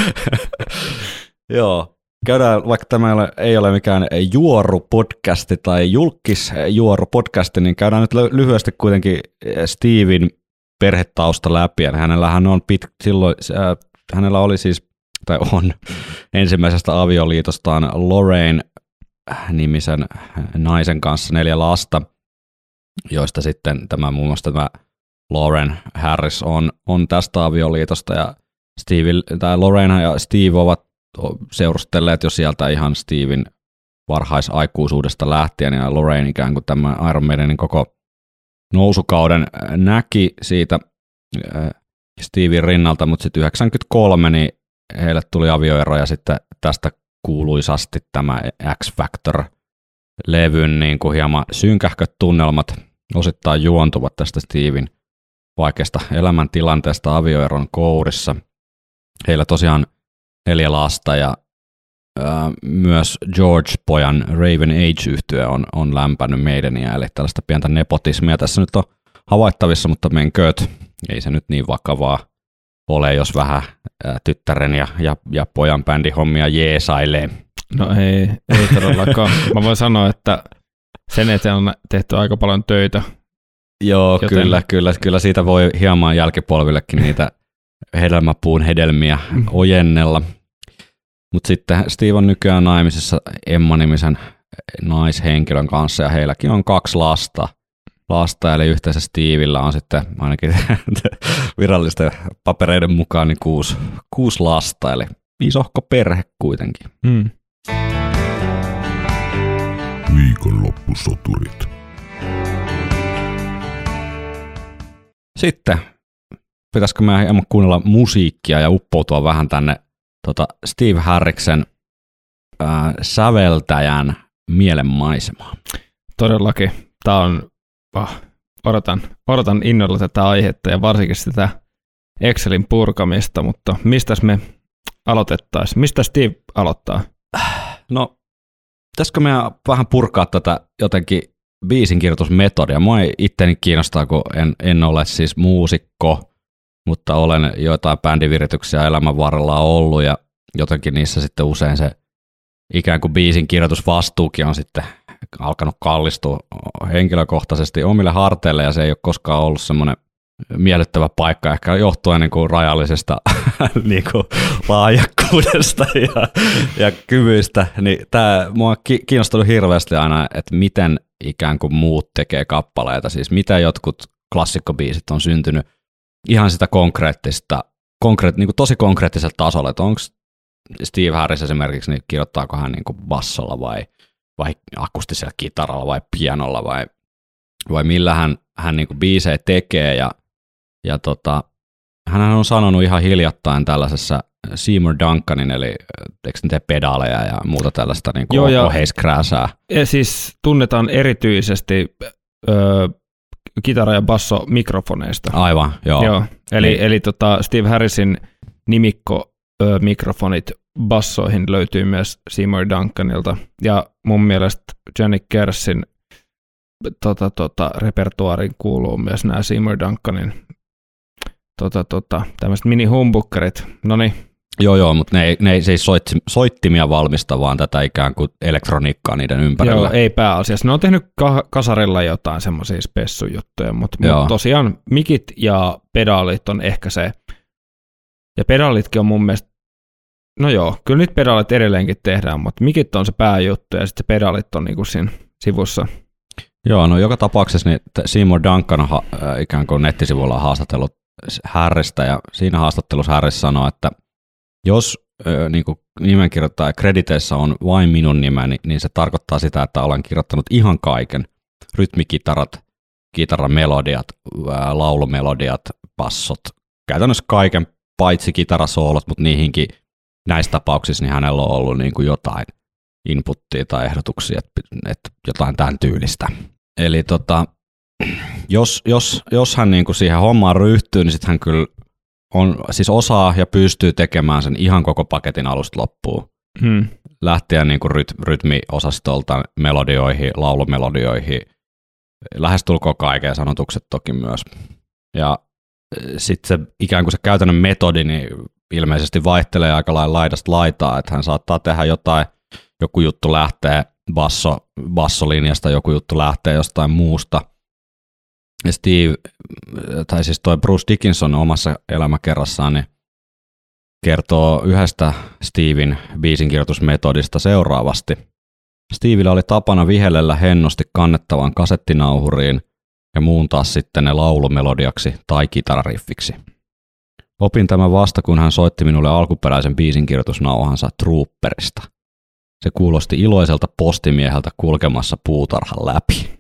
Joo, käydään, vaikka tämä ei ole mikään juoru-podcasti tai julkis-juoru-podcasti, niin käydään nyt lyhyesti kuitenkin Steven perhetausta läpi. Hänellähän on pit, silloin, äh, hänellä oli siis, tai on, ensimmäisestä avioliitostaan Lorraine nimisen naisen kanssa neljä lasta, joista sitten tämä muun muassa tämä Lauren Harris on, on tästä avioliitosta, ja Steve, tai Lorraine ja Steve ovat seurustelleet jo sieltä ihan Steven varhaisaikuisuudesta lähtien, ja Lorraine ikään kuin tämä Iron Maidenin koko nousukauden näki siitä Steven rinnalta, mutta sitten yhdeksänkymmentäkolme niin heille tuli avioero, ja sitten tästä kuuluisasti tämä X Factor-levyn niin kuin hieman synkähköt tunnelmat osittain juontuvat tästä Steven vaikeasta elämäntilanteesta avioeron kourissa. Heillä tosiaan neljä lasta, ja ää, myös George-pojan Raven Age-yhtye on, on lämpännyt Maidenia, eli tällaista pientä nepotismia tässä nyt on havaittavissa, mutta menkööt, ei se nyt niin vakavaa ole, jos vähän ää, tyttären ja, ja, ja pojan bändihommia jeesailee. No ei, ei todellakaan. Mä voin sanoa, että sen eteen on tehty aika paljon töitä. Joo, joten... kyllä, kyllä, kyllä siitä voi hieman jälkipolvillekin niitä hedelmäpuun hedelmiä ojennella. Mutta sitten Steve on nykyään naimisissa Emma-nimisen naishenkilön kanssa, ja heilläkin on kaksi lasta. lasta eli yhteensä Stevellä on sitten ainakin virallisten papereiden mukaan niin kuusi, kuusi lasta, eli isohko perhe kuitenkin. Mm. Viikonloppusoturit. Sitten pitäisikö me hieman kuunnella musiikkia ja uppoutua vähän tänne tota Steve Harriksen äh, säveltäjän mielenmaisemaan. Todellakin. Tämä on, oh, odotan, odotan innolla tätä aihetta ja varsinkin sitä Excelin purkamista, mutta mistäs me aloitettaisiin? Mistä Steve aloittaa? No, pitäisikö me vähän purkaa tätä jotenkin biisinkirjoitusmetodia? Mua ei itteni kiinnostaa, kun en, en ole siis muusikko, mutta olen joitain bändivirityksiä elämän varrella ollut, ja jotenkin niissä sitten usein se ikään kuin biisinkirjoitusvastuukin on sitten alkanut kallistua henkilökohtaisesti omille harteille, ja se ei ole koskaan ollut semmoinen miellyttävä paikka, ehkä johtuen niin kuin rajallisesta niin kuin laajakkuudesta ja, ja kyvyistä. Niin tämä mua on kiinnostunut hirveästi aina, että miten ikään kuin muut tekee kappaleita, siis mitä jotkut klassikkobiisit on syntynyt ihan sitä konkreettista, konkreet, niin kuin tosi konkreettisella tasolla, että onko Steve Harris esimerkiksi, niin kirjoittaako hän niin kuin bassolla vai, vai akustisella kitaralla vai pianolla vai, vai millä hän, hän niin kuin biisejä tekee ja, ja tota, hän on sanonut ihan hiljattain tällaisessa Seymour Duncanin, eli eikö ne tee pedaaleja ja muuta tällaista niin kuin oheiskrääsää. Ja siis tunnetaan erityisesti ö, kitara- ja basso mikrofoneista. Aivan, joo. joo. Eli, niin. eli tota Steve Harrisin nimikko ö, mikrofonit bassoihin löytyy myös Seymour Duncanilta. Ja mun mielestä Johnny Kersin tota, tota, repertuaariin kuuluu myös nämä Seymour Duncanin tota, tota, tämmöiset mini-humbukkerit. Noniin. Joo, joo, mutta ne ei, ne ei siis soitti, soittimia valmista, vaan tätä ikään kuin elektroniikkaa niiden ympärillä. Joo, ei pääasiassa. Ne on tehnyt ka- kasarilla jotain semmoisia spessujuttuja, mutta mut tosiaan mikit ja pedaalit on ehkä se. Ja pedaalitkin on mun mielestä, no joo, kyllä nyt pedaalit edelleenkin tehdään, mutta mikit on se pääjuttu ja sitten pedaalit on niinku siinä sivussa. Joo, no joka tapauksessa niin Seymour Duncan ha, äh, ikään kuin nettisivuilla on haastatellut Harrista ja siinä haastattelussa Harris sanoi, että jos äh, niin kuin nimenkirjoittaja krediteissä on vain minun nimeni, niin se tarkoittaa sitä, että olen kirjoittanut ihan kaiken. Rytmikitarat, kitaramelodiat, äh, laulumelodiat, bassot, käytännössä kaiken paitsi kitarasoolot, mutta niihinkin näissä tapauksissa niin hänellä on ollut niin kuin jotain inputtia tai ehdotuksia, että, että jotain tämän tyylistä. Eli tota, jos, jos, jos hän niin kuin siihen hommaan ryhtyy, niin sitten hän kyllä on, siis osaa ja pystyy tekemään sen ihan koko paketin alusta loppuun. Hmm. Lähtien niin kuin ryt, rytmiosastolta melodioihin, laulumelodioihin, lähestulkoon kaiken sanotukset toki myös. Ja sitten se ikään kuin se käytännön metodi niin ilmeisesti vaihtelee aika lailla laidasta laitaa, että hän saattaa tehdä jotain, joku juttu lähtee basso, bassolinjasta, joku juttu lähtee jostain muusta. Ja Steve, tai siis toi Bruce Dickinson omassa elämäkerrassaan niin kertoo yhdestä Steven biisinkirjoitusmetodista seuraavasti. Stevellä oli tapana vihellellä hennosti kannettavan kasettinauhuriin ja muuntaa sitten ne laulumelodiaksi tai kitarariffiksi. Opin tämän vasta, kun hän soitti minulle alkuperäisen biisinkirjoitusnauhansa Trooperista. Se kuulosti iloiselta postimieheltä kulkemassa puutarhan läpi.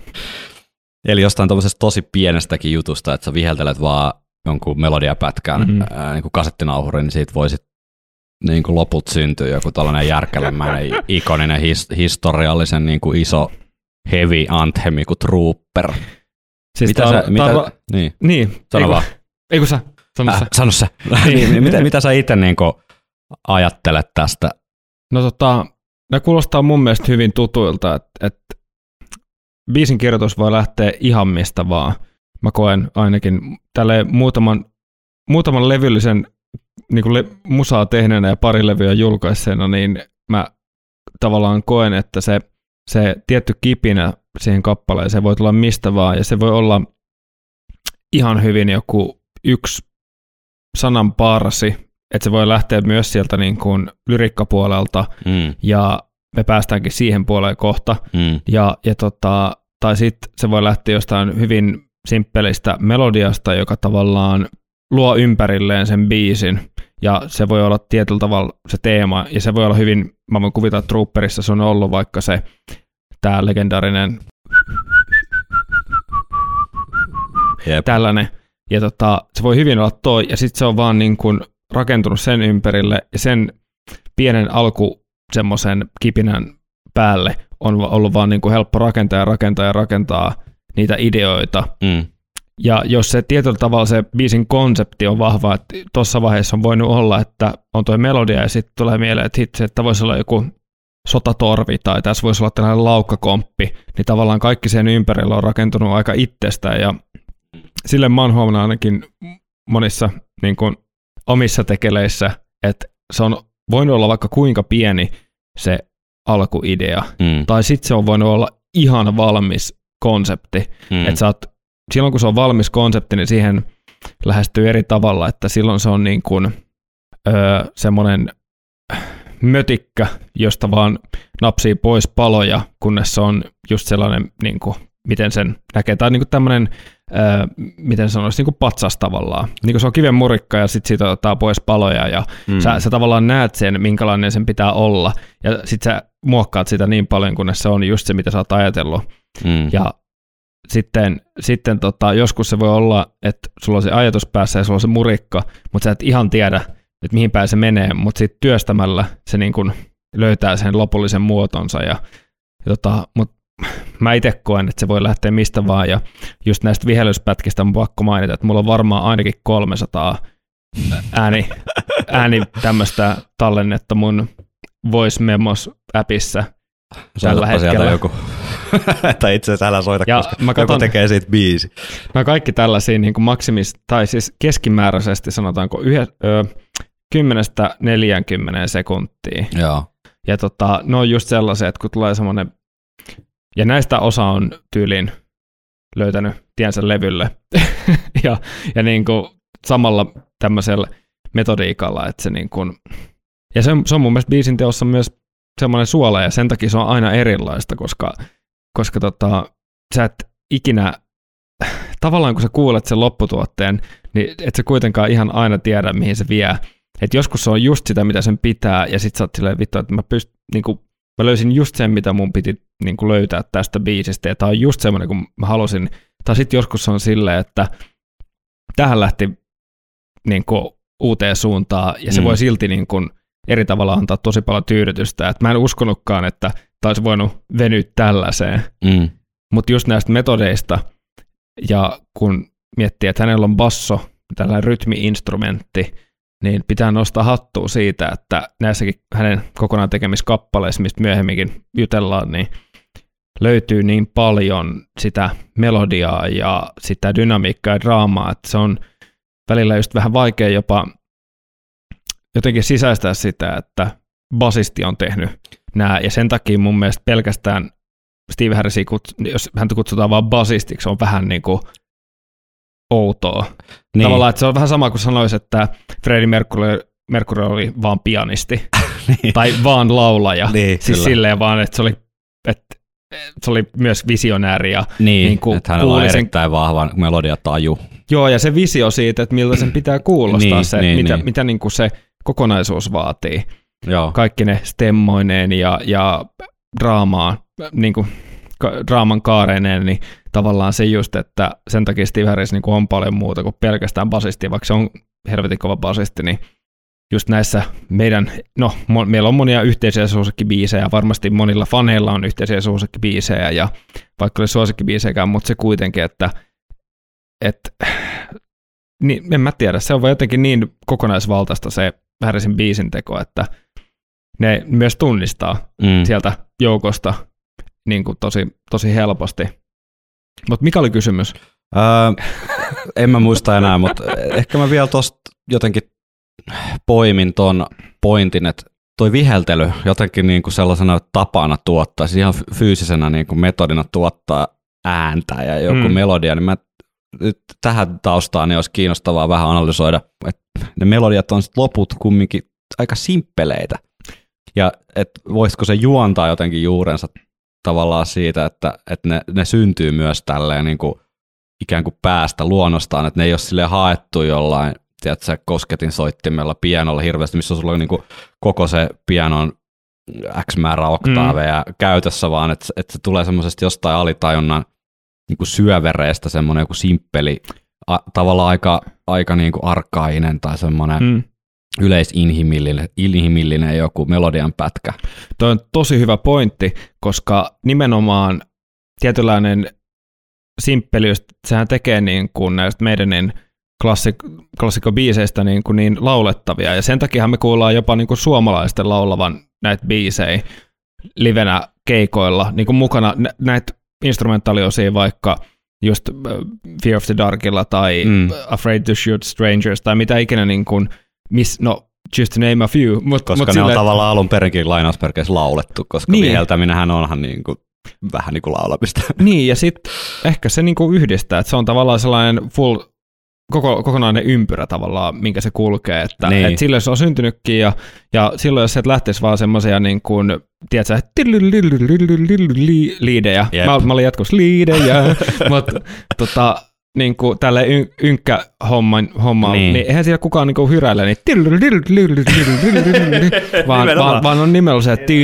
Eli jostain tommosesta tosi pienestäkin jutusta, että sä viheltelet vaan jonkun melodiapätkän mm-hmm. ää, niin kuin kasettinauhuriin, niin siitä voisi niin kuin loput syntyä joku tällainen järkelemäinen, ikoninen, his, historiallisen niin kuin iso heavy anthemi kuin Trooper. Siis mitä tar- sä, mitä, tar- niin, niin. sano Eiku, vaan. Eiku sä, sano äh, sä. Sano sä. niin, mitä, mitä sä itse niin kuin ajattelet tästä? No tota, ne kuulostaa mun mielestä hyvin tutuilta, että, että biisin kirjoitus voi lähteä ihan mistä vaan. Mä koen ainakin tälleen muutaman, muutaman levyllisen niin kuin le, musaa tehneenä ja pari levyä julkaisseena, niin mä tavallaan koen, että se, se tietty kipinä siihen kappaleeseen voi tulla mistä vaan, ja se voi olla ihan hyvin joku yksi sanan parsi, että se voi lähteä myös sieltä niin kuin lyrikkapuolelta, mm. ja me päästäänkin siihen puoleen kohta, mm. ja, ja tota, tai sitten se voi lähteä jostain hyvin simppelistä melodiasta, joka tavallaan luo ympärilleen sen biisin, ja se voi olla tietyllä tavalla se teema, ja se voi olla hyvin, mä voin kuvitella, että Trooperissa se on ollut vaikka se, tää legendaarinen Jep. tällainen, ja tota, se voi hyvin olla toi, ja sitten se on vaan niin kuin rakentunut sen ympärille, ja sen pienen alku semmoisen kipinän päälle on ollut vaan niin kuin helppo rakentaa ja rakentaa ja rakentaa niitä ideoita. Mm. Ja jos se tietyllä tavalla se biisin konsepti on vahva, että tuossa vaiheessa on voinut olla, että on toi melodia ja sitten tulee mieleen, että hitse, että voisi olla joku sotatorvi tai tässä voisi olla tällainen laukkakomppi, niin tavallaan kaikki sen ympärillä on rakentunut aika itsestään ja sille mä oon huomannut ainakin monissa niin kuin omissa tekeleissä, että se on voinut olla vaikka kuinka pieni se alkuidea, mm. tai sitten se on voinut olla ihan valmis konsepti, mm. että sä oot, silloin kun se on valmis konsepti, niin siihen lähestyy eri tavalla, että silloin se on niin kuin öö, semmoinen mötikkä, josta vaan napsii pois paloja, kunnes se on just sellainen, niin kuin, miten sen näkee, tai niin kuin tämmöinen, öö, miten sanoisi, niin kuin patsas tavallaan. Niin kuin se on kiven murikka ja sitten siitä otetaan pois paloja ja mm. sä, sä tavallaan näet sen, minkälainen sen pitää olla ja sitten sä muokkaat sitä niin paljon, kunnes se on just se, mitä sä oot ajatellut. Mm. Ja sitten, sitten tota, joskus se voi olla, että sulla on se ajatus päässä ja sulla on se murikka, mutta sä et ihan tiedä, että mihin päin se menee, mutta sitten työstämällä se niin kun löytää sen lopullisen muotonsa. Ja, ja tota, mut mä itse koen, että se voi lähteä mistä vaan, ja just näistä vihellyspätkistä on pakko mainita, että mulla on varmaan ainakin kolmesataa ääni, ääni tämmöistä tallennetta mun Voice Memos-appissa tällä hetkellä. Joku. Tai itse asiassa älä soita, ja koska katon, joku tekee siitä biisi. No kaikki tällaisia niin kuin maksimis, tai siis keskimääräisesti sanotaanko yhä, ö, kymmenestä neljäänkymmeneen sekuntia. Joo. Ja tota, ne on just sellaisia, että kun tulee semmoinen, ja näistä osa on tyylin löytänyt tiensä levylle, ja, ja niin kuin samalla tämmöisellä metodiikalla, että se niin kuin, ja se on, se on mun mielestä biisin teossa myös semmoinen suola, ja sen takia se on aina erilaista, koska, koska tota, sä et ikinä, tavallaan kun sä kuulet sen lopputuotteen, niin et sä kuitenkaan ihan aina tiedä, mihin se vie. Et joskus se on just sitä, mitä sen pitää, ja sit sä oot silleen vittu, että mä, pyst, niin kuin, mä löysin just sen, mitä mun piti niin kuin löytää tästä biisistä, ja tää on just semmoinen, kun mä halusin. Tai sit joskus on silleen, että tähän lähti niin kuin uuteen suuntaan, ja se mm. voi silti niin kuin eri tavalla antaa tosi paljon tyydytystä. Et mä en uskonutkaan, että tämä olisi voinut venyä tällaiseen. Mm. Mutta just näistä metodeista, ja kun miettii, että hänellä on basso, tällainen rytmi-instrumentti, niin pitää nostaa hattua siitä, että näissäkin hänen kokonaan tekemissä kappaleissa, mistä myöhemminkin jutellaan, niin löytyy niin paljon sitä melodiaa ja sitä dynamiikkaa ja draamaa, että se on välillä just vähän vaikea jopa jotenkin sisäistää sitä, että basisti on tehnyt nämä, ja sen takia mun mielestä pelkästään Steve Harrisia, jos häntä kutsutaan vaan basistiksi, on vähän niin kuin outoa. Niin. Tavallaan, että se on vähän sama kuin sanoisi, että Freddie Mercury, Mercury oli vaan pianisti, niin. Tai vaan laulaja. Niin, siis kyllä. Silleen vaan, että se oli, että se oli myös visionääri. Ja niin, niin kuin että hänellä on erittäin vahva melodiataju. Joo, ja se visio siitä, että miltä sen pitää kuulostaa, niin, se, niin, mitä, niin. mitä niin kuin se kokonaisuus vaatii. Joo. Kaikki ne stemmoineen ja, ja draamaa, niin kuin draaman kaareineen, niin tavallaan se just, että sen takia Steve Harris niin kuin on paljon muuta kuin pelkästään basisti, vaikka se on helvetin kova basisti, niin just näissä meidän, no mo, meillä on monia yhteisiä suosikkibiisejä, varmasti monilla faneilla on yhteisiä suosikkibiisejä, ja vaikka oli suosikkibiisejäkään, mutta se kuitenkin, että et, niin, en mä tiedä, se on vaan jotenkin niin kokonaisvaltaista se Harrisin biisin teko, että ne myös tunnistaa mm. sieltä joukosta niin kuin tosi, tosi helposti. Mutta mikä oli kysymys? Öö, en mä muista enää, mutta ehkä mä vielä tuosta jotenkin poimin ton pointin, että toi viheltely jotenkin niin kuin sellaisena tapana tuottaa, siis ihan fyysisenä niin kuin metodina tuottaa ääntä ja joku mm. melodia, niin mä nyt tähän taustaan niin olisi kiinnostavaa vähän analysoida, että ne melodiat on sit loput kumminkin aika simppeleitä, ja että voisiko se juontaa jotenkin juurensa tavallaan siitä, että, että ne, ne syntyy myös tälleen niin kuin ikään kuin päästä luonnostaan, että ne ei ole silleen haettu jollain, tiedätkö, kosketin soittimella pianolla hirveästi, missä sulla on niin kuin koko se pianon X määrä oktaaveja mm. käytössä, vaan että, että se tulee semmoisesta jostain alitajunnan niin kuin syövereistä semmoinen joku simppeli, a, tavallaan aika, aika niin kuin arkainen tai semmoinen mm. yleisinhimillinen inhimillinen joku melodian pätkä. Tuo on tosi hyvä pointti, koska nimenomaan tietynlainen simppeliys, sehän tekee niin kuin näistä meidän niin klassik- klassikkobiiseistä niin, kuin niin laulettavia, ja sen takia me kuullaan jopa niin kuin suomalaisten laulavan näitä biisejä livenä keikoilla, niin kuin mukana nä- näitä instrumentaaliosia vaikka just Fear of the Darkilla tai mm. Afraid to Shoot Strangers tai mitä ikinä niin kuin, miss, no just to name a few. Mut, koska mut ne sille, on tavallaan alun perinkin lainausmerkeissä laulettu, koska niin. viheltäminenhän onhan niin kuin, vähän niin kuin laulamista. Niin, ja sitten ehkä se niin kuin yhdistää, että se on tavallaan sellainen full koko, kokonainen ympyrä tavallaan, minkä se kulkee, että niin. et silloin se on syntynytkin, ja, ja silloin jos et lähtisi vaan semmoisia niin kuin, tiedätkö, liidejä, mä, mä olin jatkuvasti liidejä, mutta tota, niin kuin tälle y- ynkkä homman, homma, niin. niin eihän siellä kukaan niin kuin hyräile, niin vaan, vaan, vaan on nimellä se, että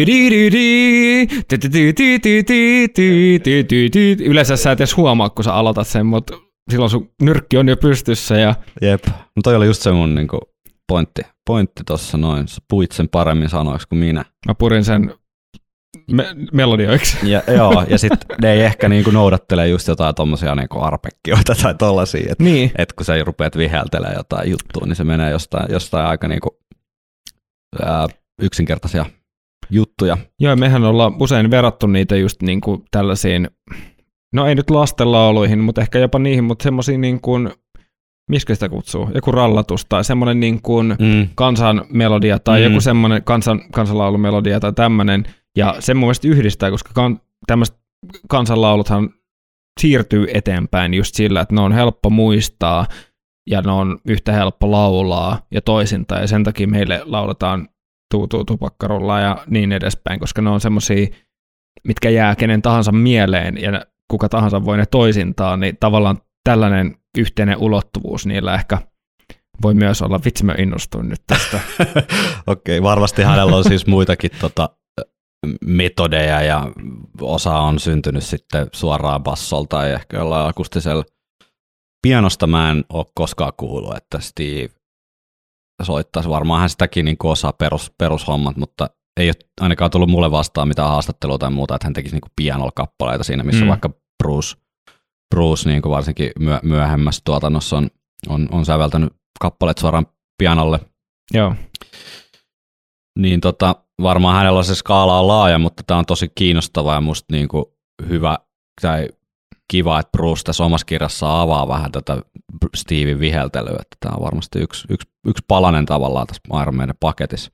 yleensä sä et edes huomaa, kun sä aloitat sen, mutta silloin sun nyrkki on jo pystyssä. Ja... Jep, no toi oli just se mun niin kuin pointti, pointti tuossa noin, sä puit sen paremmin sanoiksi kuin minä. Mä purin sen me- melodioiksi. Ja, joo, ja sitten ne ei ehkä niinku noudattele just jotain tommosia niinku arpekkioita tai tollasia, että niin. et kun sä rupeat viheltelemään jotain juttua, niin se menee jostain, jostain aika niinku, ää, yksinkertaisia juttuja. Joo, mehän ollaan usein verrattu niitä just niinku tällaisiin, no ei nyt lastenlauluihin, mutta ehkä jopa niihin, mutta semmoisiin niin kuin, miskä sitä kutsuu, joku rallatus tai semmoinen niin kuin mm. kansanmelodia tai mm. joku semmoinen kansan, kansanlaulumelodia tai tämmöinen. Ja se mun mielestä yhdistää, koska kan, tämmöiset kansanlauluthan siirtyy eteenpäin just sillä, että ne on helppo muistaa ja ne on yhtä helppo laulaa ja toisinta. Ja sen takia meille lauletaan tuu, tuu, tupakkarullaa ja niin edespäin, koska ne on semmoisia, mitkä jää kenen tahansa mieleen ja kuka tahansa voi ne toisintaa, niin tavallaan tällainen yhteinen ulottuvuus niillä ehkä voi myös olla. Vitsi, mä innostuin nyt tästä. Okei, okay, varmasti hänellä on siis muitakin tota, metodeja ja osa on syntynyt sitten suoraan bassolta tai ehkä jollain akustisella. Pianosta mä en ole koskaan kuullut, että Steve soittaisi. Varmaan hän sitäkin niin osaa perus, perushommat, mutta ei ole ainakaan tullut mulle vastaan mitään haastattelua tai muuta, että hän tekisi niin pianolla kappaleita siinä, missä mm. vaikka Bruce, Bruce niin varsinkin myö, myöhemmässä tuotannossa on, on, on säveltänyt kappaleet suoraan pianolle. Joo. Niin tota, varmaan hänellä se skaala on laaja, mutta tämä on tosi kiinnostava ja musta niin kuin hyvä tai kiva, että Bruce tässä omassa kirjassa avaa vähän tätä Steven viheltelyä, että tämä on varmasti yksi, yksi, yksi palanen tavallaan tässä Iron Maiden paketissa.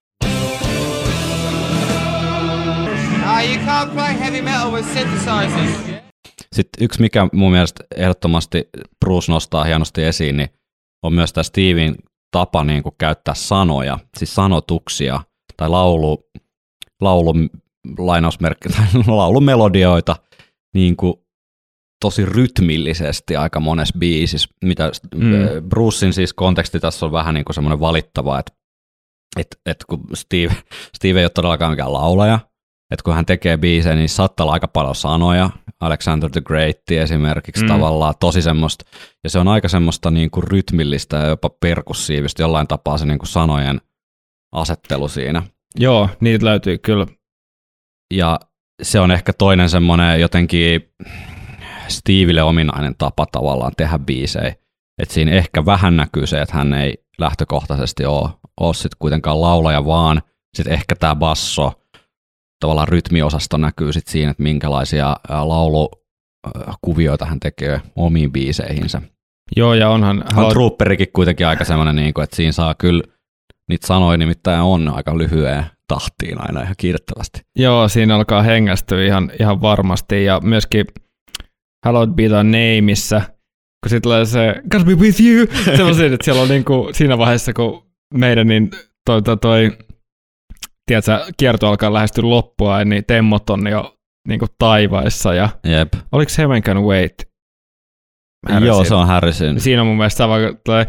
Sitten yksi, mikä mun mielestä ehdottomasti Bruce nostaa hienosti esiin, niin on myös tämä Steven tapa niin kuin käyttää sanoja, siis sanotuksia tai laulu, laulu lainausmerkki, tai laulumelodioita niin kuin tosi rytmillisesti aika monessa biisissä, mitä mm. Brucein siis konteksti tässä on vähän niin kuin semmoinen valittava, että, että, että kun Steve, Steve ei ole todellakaan mikään laulaja, että kun hän tekee biisejä, niin saattaa olla aika paljon sanoja, Alexander the Great esimerkiksi mm. tavallaan tosi semmoista, ja se on aika semmoista niin kuin rytmillistä ja jopa perkussiivista jollain tapaa se niin kuin sanojen asettelu siinä. Joo, niitä löytyy kyllä. Ja se on ehkä toinen semmoinen jotenkin Stevelle ominainen tapa tavallaan tehdä biisejä, että siinä ehkä vähän näkyy se, että hän ei lähtökohtaisesti ole, ole sit kuitenkaan laulaja, vaan sitten ehkä tämä basso, tavallaan rytmiosasto näkyy sit siinä, että minkälaisia laulukuvioita hän tekee omiin biiseihinsä. Joo, ja onhan... On Trooperikin kuitenkin aika semmoinen, että siinä saa kyllä, niitä sanoja nimittäin on aika lyhyen tahtiin aina ihan kiitettävästi. Joo, siinä alkaa hengästyä ihan, ihan varmasti, ja myöskin Hallowed Be Thy Nameissa, kun sitten tulee se Gotta be with you, semmoisia, että siellä on niinku siinä vaiheessa, kun meidän niin toi, toi, toi tiedätkö, kierto alkaa lähestyä loppua, niin temmot on jo niinku taivaissa. Ja jep. Oliko Heaven Can Wait? Harrisin? Joo, se on Harrisin. Siinä on mun mielestä sama, kun tulee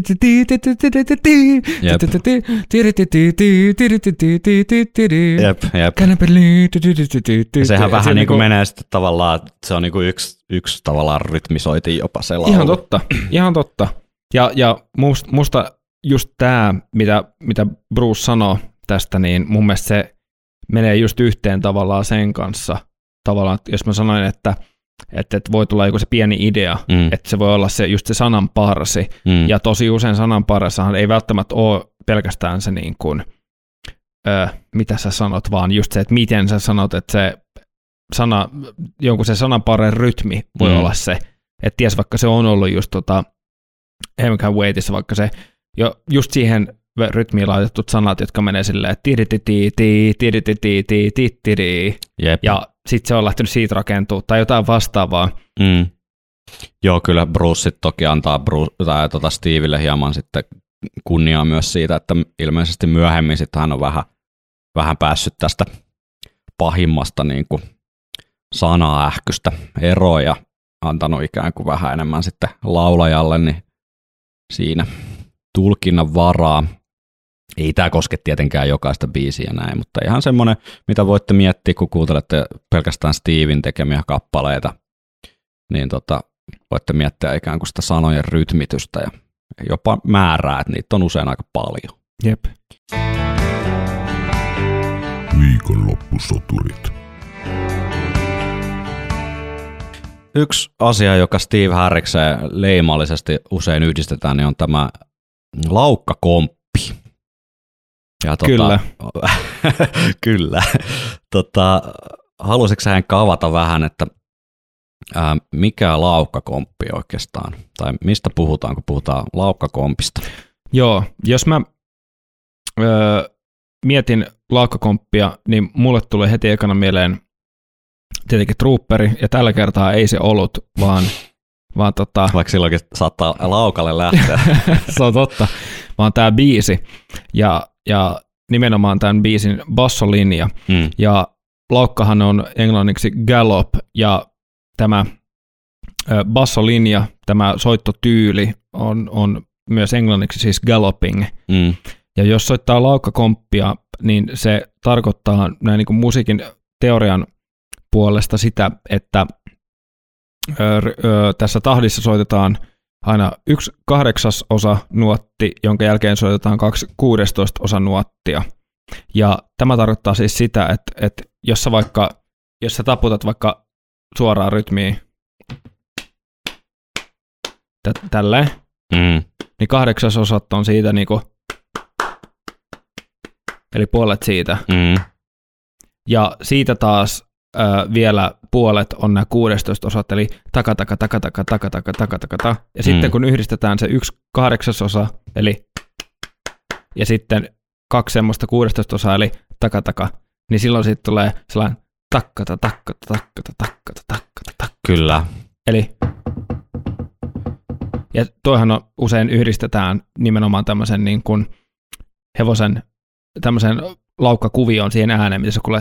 jep, jep. Sehän vähän niin kuin menee sitten tavallaan, se on niin kuin yksi, yksi tavallaan rytmisoiti jopa se laulu. Ihan totta, ihan totta. Ja, ja musta, musta just tämä, mitä, mitä Bruce sanoo tästä, niin mun mielestä se menee just yhteen tavallaan sen kanssa. Tavallaan, jos mä sanoin, että, että, että voi tulla joku se pieni idea, mm. että se voi olla se, just se sananparsi. Mm. Ja tosi usein sananparessahan ei välttämättä ole pelkästään se niin kuin, ö, mitä sä sanot, vaan just se, että miten sä sanot, että se sana, jonkun se sananparren rytmi voi mm. olla se. Että ties vaikka se on ollut just tota Heaven Can Waitissa, vaikka se jo just siihen rytmiin laitetut sanat, jotka menee silleen tidititi, tidititi, tidititi, ja sitten se on lähtenyt siitä rakentua tai jotain vastaavaa. Mm. Joo, kyllä Bruce toki antaa Bruce, tai tuota Stevelle hieman sitten kunniaa myös siitä, että ilmeisesti myöhemmin sitten hän on vähän, vähän päässyt tästä pahimmasta niin kuin sanaähkystä eroon ja antanut ikään kuin vähän enemmän sitten laulajalle niin siinä tulkinnan varaa. Ei tämä koske tietenkään jokaista biisiä näin, mutta ihan semmoinen, mitä voitte miettiä, kun kuuntelette pelkästään Steven tekemiä kappaleita, niin tota, voitte miettiä ikään kuin sitä sanojen rytmitystä ja jopa määrää, että niitä on usein aika paljon. Jep. Viikonloppusoturit. Yksi asia, joka Steve Harrikseen leimallisesti usein yhdistetään, niin on tämä laukkakomppi. Ja tota, Kyllä. kyllä. Tota, haluaisitko hän kavata vähän, että ää, mikä laukkakomppi oikeastaan, tai mistä puhutaan, kun puhutaan laukkakompista? Joo, jos mä öö, mietin laukkakomppia, niin mulle tulee heti ekana mieleen tietenkin Trooperi, ja tällä kertaa ei se ollut, vaan, vaan tota... Vaikka silloinkin saattaa laukalle lähteä. Se on totta, vaan tämä biisi, ja, ja nimenomaan tämän biisin bassolinja, Mm. ja laukkahan on englanniksi gallop, ja tämä ö, bassolinja, tämä soittotyyli on, on myös englanniksi siis galloping, Mm. ja jos soittaa laukkakomppia, niin se tarkoittaa näin niin kuin musiikin teorian puolesta sitä, että ö, ö, tässä tahdissa soitetaan aina yksi kahdeksasosa nuotti, jonka jälkeen soitetaan kaksi kuudestoista osa nuottia. Ja tämä tarkoittaa siis sitä, että, että jos sä vaikka, jos sä taputat vaikka suoraan rytmiin tä- tälleen, Mm. niin kahdeksasosat on siitä niinku, eli puolet siitä. Mm. Ja siitä taas ö, vielä puolet on nämä kuudestoista osat, eli taka taka taka taka taka taka taka taka taka. Ja sitten Mm. kun yhdistetään se yksi kahdeksasosa, eli ja sitten kaksi semmoista kuudestoista osaa, eli taka taka, niin silloin siitä tulee sellainen takkata takkata takkata takkata takkata takkata. Kyllä. Eli ja toihan on, usein yhdistetään nimenomaan tämmöisen niin kuin hevosen tämmöisen laukkakuvioon siihen ääneen, mitä se kuulee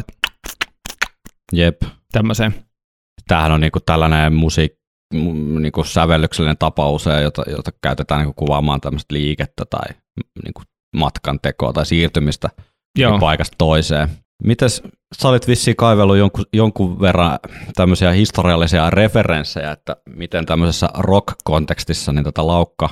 Jep. tämmöiseen. Tämähän on niinku tällainen musiik, niinku sävellyksellinen tapa usein, jota, jota käytetään niinku kuvaamaan tämmöistä liikettä tai niinku matkan tekoa tai siirtymistä Joo. paikasta toiseen. Mites sä olit vissiin kaivellut jonkun, jonkun verran tämmöisiä historiallisia referenssejä, että miten tämmöisessä rock-kontekstissa niin tätä laukka,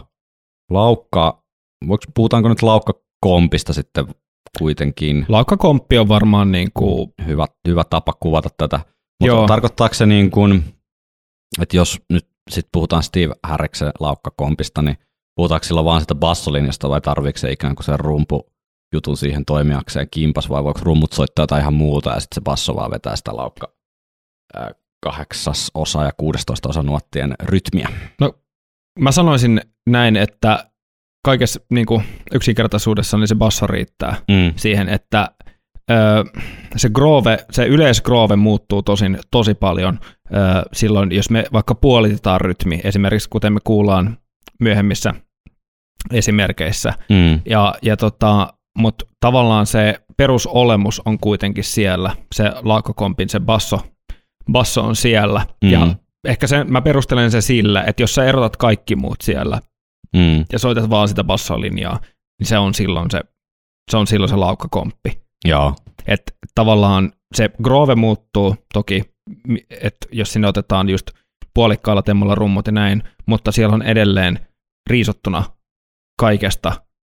laukka, voiko, puhutaanko nyt laukkakompista sitten kuitenkin? Laukkakomppi on varmaan niin kuin, Hyvä, hyvä tapa kuvata tätä. Joo. Mutta tarkoittaako se niin kuin, että jos nyt sit puhutaan Steve Harriksen laukkakompista, niin puhutaanko silloin vaan sitä bassolinjasta vai tarviiko se ikään kuin sen rumpujutun siihen toimijakseen kimpas vai voiko rummut soittaa jotain ihan muuta ja sitten se basso vaan vetää sitä laukka ää, kahdeksas osa ja kuudestoista osa nuottien rytmiä? no mä sanoisin näin, että kaikessa niin kuin yksinkertaisuudessa niin se basso riittää Mm. siihen, että ö, se groove, se yleisgroove muuttuu tosin tosi paljon ö, silloin, jos me vaikka puolitetaan rytmi, esimerkiksi kuten me kuullaan myöhemmissä esimerkeissä, Mm. ja, ja tota, mutta tavallaan se perusolemus on kuitenkin siellä, se laukkakompin, se basso, basso on siellä, Mm. ja ehkä se, mä perustelen sen sillä, että jos sä erotat kaikki muut siellä, Mm. ja soitat vaan sitä bassolinjaa, niin se on silloin se, se, on silloin se laukkakomppi. Joo. Että tavallaan se groove muuttuu toki, että jos sinne otetaan just puolikkaalla temmolla rummut ja näin, mutta siellä on edelleen riisottuna kaikesta,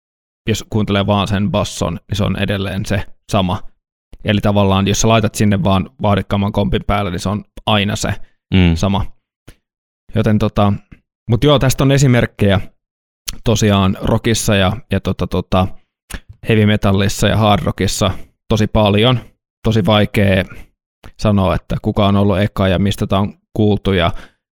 jos kuuntelee vaan sen basson, niin se on edelleen se sama. Eli tavallaan, jos sä laitat sinne vaan vauhdikkaamman kompin päälle, niin se on aina se Mm. sama. Joten tota, mutta joo, tästä on esimerkkejä tosiaan rockissa ja, ja tota, tota, heavy metallissa ja hard rockissa tosi paljon. Tosi vaikea sanoa, että kuka on ollut eka ja mistä tämä on kuultu. Ja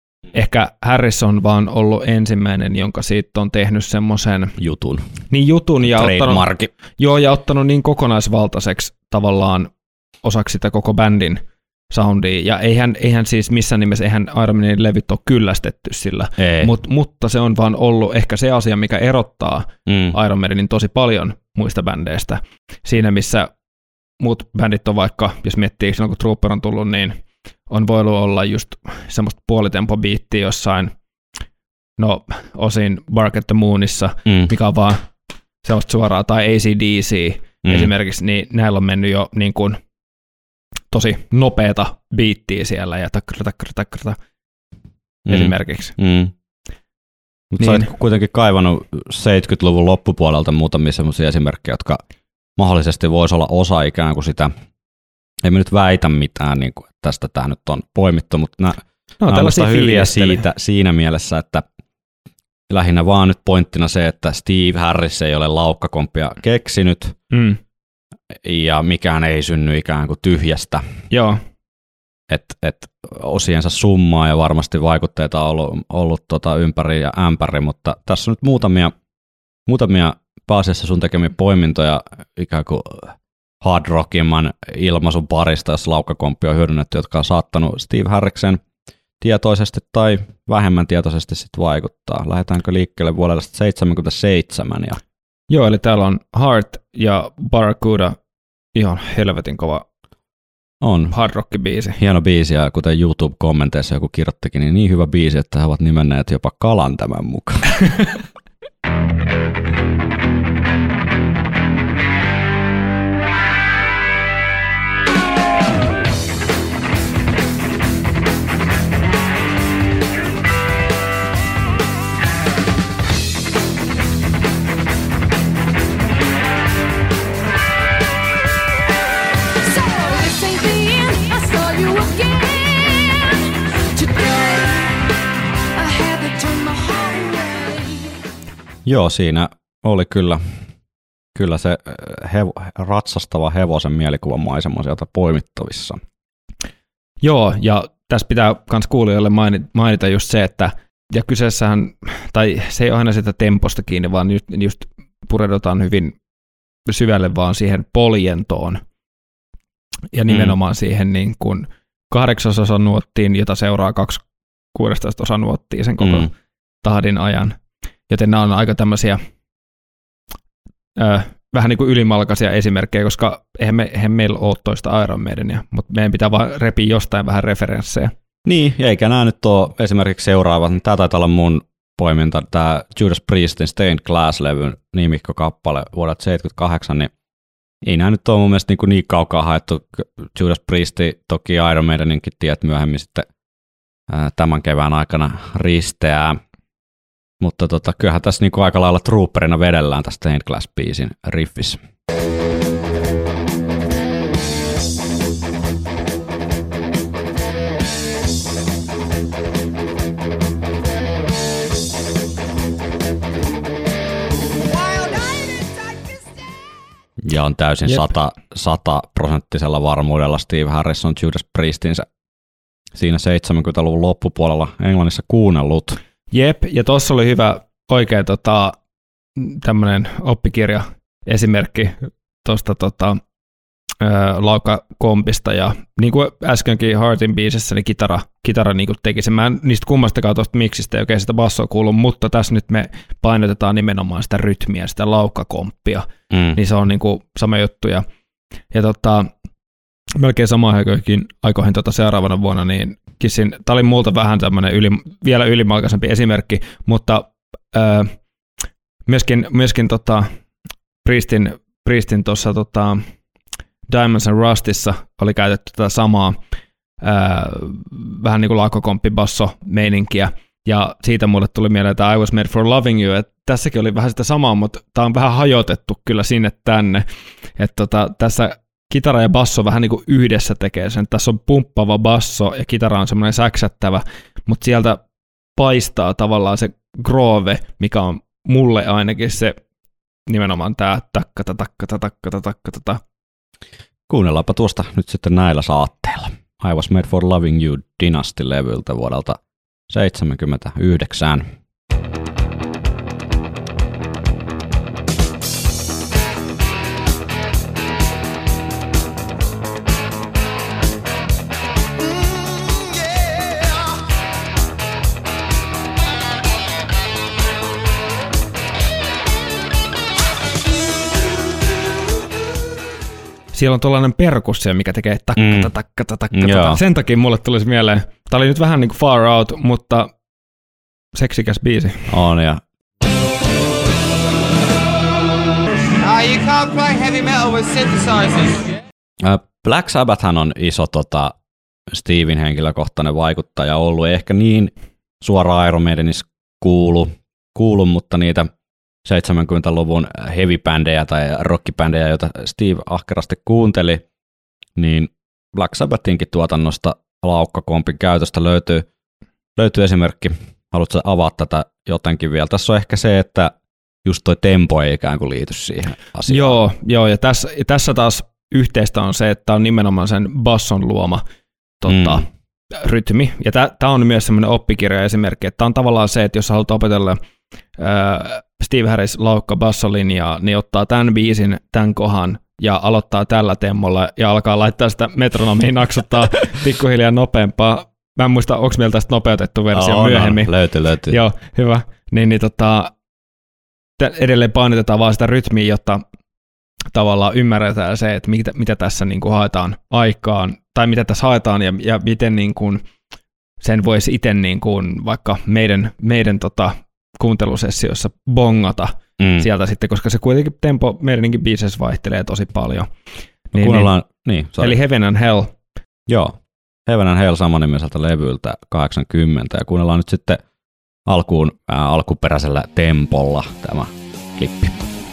ehkä Harrison vaan ollut ensimmäinen, jonka siitä on tehnyt semmoisen Jutun. niin jutun ja ottanut, Trademarki. joo, ja ottanut niin kokonaisvaltaiseksi tavallaan osaksi sitä koko bändin soundia, ja eihän, eihän siis missään nimessä, eihän Iron Maiden levyt ole kyllästetty sillä, Mut, mutta se on vaan ollut ehkä se asia, mikä erottaa mm. Iron Maidenin tosi paljon muista bändeistä. Siinä, missä muut bändit on vaikka, jos miettii silloin kun Trooper on tullut, niin on voinut olla just semmoista puolitempobiittiä jossain, no osin Bark at the Moonissa, mm. mikä on vaan semmoista suoraa, tai A C D C mm. esimerkiksi, niin näillä on mennyt jo niin kuin tosi nopeata biittiä siellä, ja takkara, takkara, takkara, mm. esimerkiksi. Mm. Mutta niin. Sä olet kuitenkin kaivannut seitsemänkymmentäluvun loppupuolelta muutamia semmoisia esimerkkejä, jotka mahdollisesti voisi olla osa ikään kuin sitä, ei me nyt väitä mitään, niin kuin, että tästä tämä nyt on poimittu, mutta nämä, no, nämä ovat hyviä siitä, siinä mielessä, että lähinnä vaan nyt pointtina se, että Steve Harris ei ole laukkakomppia keksinyt, mm. ja mikään ei synny ikään kuin tyhjästä. Joo. Että et osiensa summaa ja varmasti vaikutteita on ollut, ollut tota ympäri ja ämpäri, mutta tässä on nyt muutamia, muutamia pääasiassa sun tekemiä poimintoja ikään kuin hard rockimman ilmaisun parista, jos laukkakomppi on hyödynnetty, jotka on saattanut Steve Harriksen tietoisesti tai vähemmän tietoisesti sit vaikuttaa. Lähdetäänkö liikkeelle vuodelle seitsemänkymmentäseitsemän? Ja... Joo, eli täällä on Heart ja Barracuda, ihan helvetin kova on hard rock biisi. Hieno biisi, ja kuten YouTube-kommenteissa joku kirjoittikin, niin niin hyvä biisi, että he ovat nimenneet jopa kalan tämän mukaan. Joo, siinä oli kyllä, kyllä se hevo, ratsastava hevosen mielikuvan maisema sieltä poimittavissa. Joo, ja tässä pitää myös kuulijoille mainita just se, että ja kyseessähän, tai se ei ole aina sitä temposta kiinni, vaan just, just pureudutaan hyvin syvälle vaan siihen poljentoon ja nimenomaan mm. siihen niin kuin kahdeksasosan nuottiin, jota seuraa kaksi kuudestaista osan nuottia sen koko mm. tahdin ajan. Joten nämä on aika tämmöisiä ö, vähän niin kuin ylimalkaisia esimerkkejä, koska eihän, me, eihän meillä ole toista Iron Maidenia, mutta meidän pitää vaan repiä jostain vähän referenssejä. Niin, eikä nämä nyt ole esimerkiksi seuraavat. Tämä taitaa olla mun poiminta, tämä Judas Priestin Stained Glass-levyn nimikkokappale vuodelta seitsemänkymmentäkahdeksan, niin ei nämä nyt ole mun mielestä niin, niin kaukaa haettu. Judas Priesti toki Iron Maideninkin tiet myöhemmin sitten ää, tämän kevään aikana risteää. Mutta tota, kyllähän tässä niinku aika lailla trooperina vedellään tästä Stained Glass-biisin riffissä. Ja on täysin sata, sataprosenttisella varmuudella Steve Harrison Judas Priestinsä siinä seitsemänkymmentäluvun loppupuolella Englannissa kuunnellut. Jep, ja tuossa oli hyvä oikein tota, tämmöinen oppikirja-esimerkki tuosta tota, laukakompista, ja niin kuin äskenkin Heartin biisissä, niin kitara, kitara niin kuin teki sen. Mä en niistä kummastakaan tuosta miksistä ei oikein sitä bassoa kuulu, mutta tässä nyt me painotetaan nimenomaan sitä rytmiä, sitä laukakomppia, mm. niin se on niin kuin sama juttu, ja, ja tota, melkein samaan aikoihin, aikoihin tota seuraavana vuonna, niin Kissin, tämä oli multa vähän tämmöinen yli, vielä ylimalkaisempi esimerkki, mutta ää, myöskin, myöskin tota, Priestin, Priestin tuossa tota, Diamonds and Rustissa oli käytetty tätä samaa ää, vähän niin kuin laukkakomppi-basso-meininkiä, ja siitä mulle tuli mieleen, että I was made for loving you, että tässäkin oli vähän sitä samaa, mutta tämä on vähän hajotettu kyllä sinne tänne, että tota, tässä kitara ja basso vähän niin kuin yhdessä tekee sen. Tässä on pumppava basso ja kitara on semmoinen säksättävä, mutta sieltä paistaa tavallaan se groove, mikä on mulle ainakin se nimenomaan tämä takkata takkata takkata takkata. Kuunnellaanpa tuosta nyt sitten näillä saatteilla. I was made for loving you Dynasty-levyltä vuodelta seitsemänkymmentäyhdeksän. siellä on tuollainen perkussio, mikä tekee takkata, Mm. takkata, takkata. Joo. Sen takia mulle tulisi mieleen, tää oli nyt vähän niin kuin Far Out, mutta seksikäs biisi. On, ja Uh, you can't play heavy metal with synthesizers. Ä, Black Sabbathhan on iso tota, Steven henkilökohtainen vaikuttaja ollut. Ei ehkä niin suoraan Iron Maidenissä kuulu, kuulu, mutta niitä seitsemänkymmentäluvun heavy-bändejä tai rockibändejä, joita Steve ahkerasti kuunteli, niin Black Sabbathinkin tuotannosta laukkakompin käytöstä löytyy, löytyy esimerkki. Haluatko avata tätä jotenkin vielä? Tässä on ehkä se, että just toi tempo ei ikään kuin liity siihen asiaan. Joo, joo, ja tässä, ja tässä taas yhteistä on se, että on nimenomaan sen basson luoma tota, Mm. rytmi. Ja tämä on myös semmoinen oppikirja-esimerkki, että tämä on tavallaan se, että jos haluat opetella ää, Steve Harris laukka bassolinjaa, niin ottaa tämän biisin, tämän kohan ja aloittaa tällä temmolla ja alkaa laittaa sitä metronomiin, naksuttaa pikkuhiljaa nopeampaa. Mä en muista, onko meillä tästä nopeutettu versio On, on. myöhemmin. Löytyy, löytyy. Joo, hyvä. Niin, niin tota, edelleen painotetaan vaan sitä rytmiä, jotta tavallaan ymmärretään se, että mitä, mitä tässä niin kuin haetaan aikaan, tai mitä tässä haetaan, ja, ja miten niin kuin sen voisi itse niin kuin vaikka meidän, meidän tota, kuuntelusessioissa bongata Mm. sieltä sitten, koska se kuitenkin tempo meidänkin biiseissä vaihtelee tosi paljon. No, kuunnellaan, niin, sorry. Eli Heaven and Hell. Joo, Heaven and Hell samanimiseltä levyltä kahdeksankymmentä, ja kuunnellaan nyt sitten alkuun ää, alkuperäisellä tempolla tämä klippi.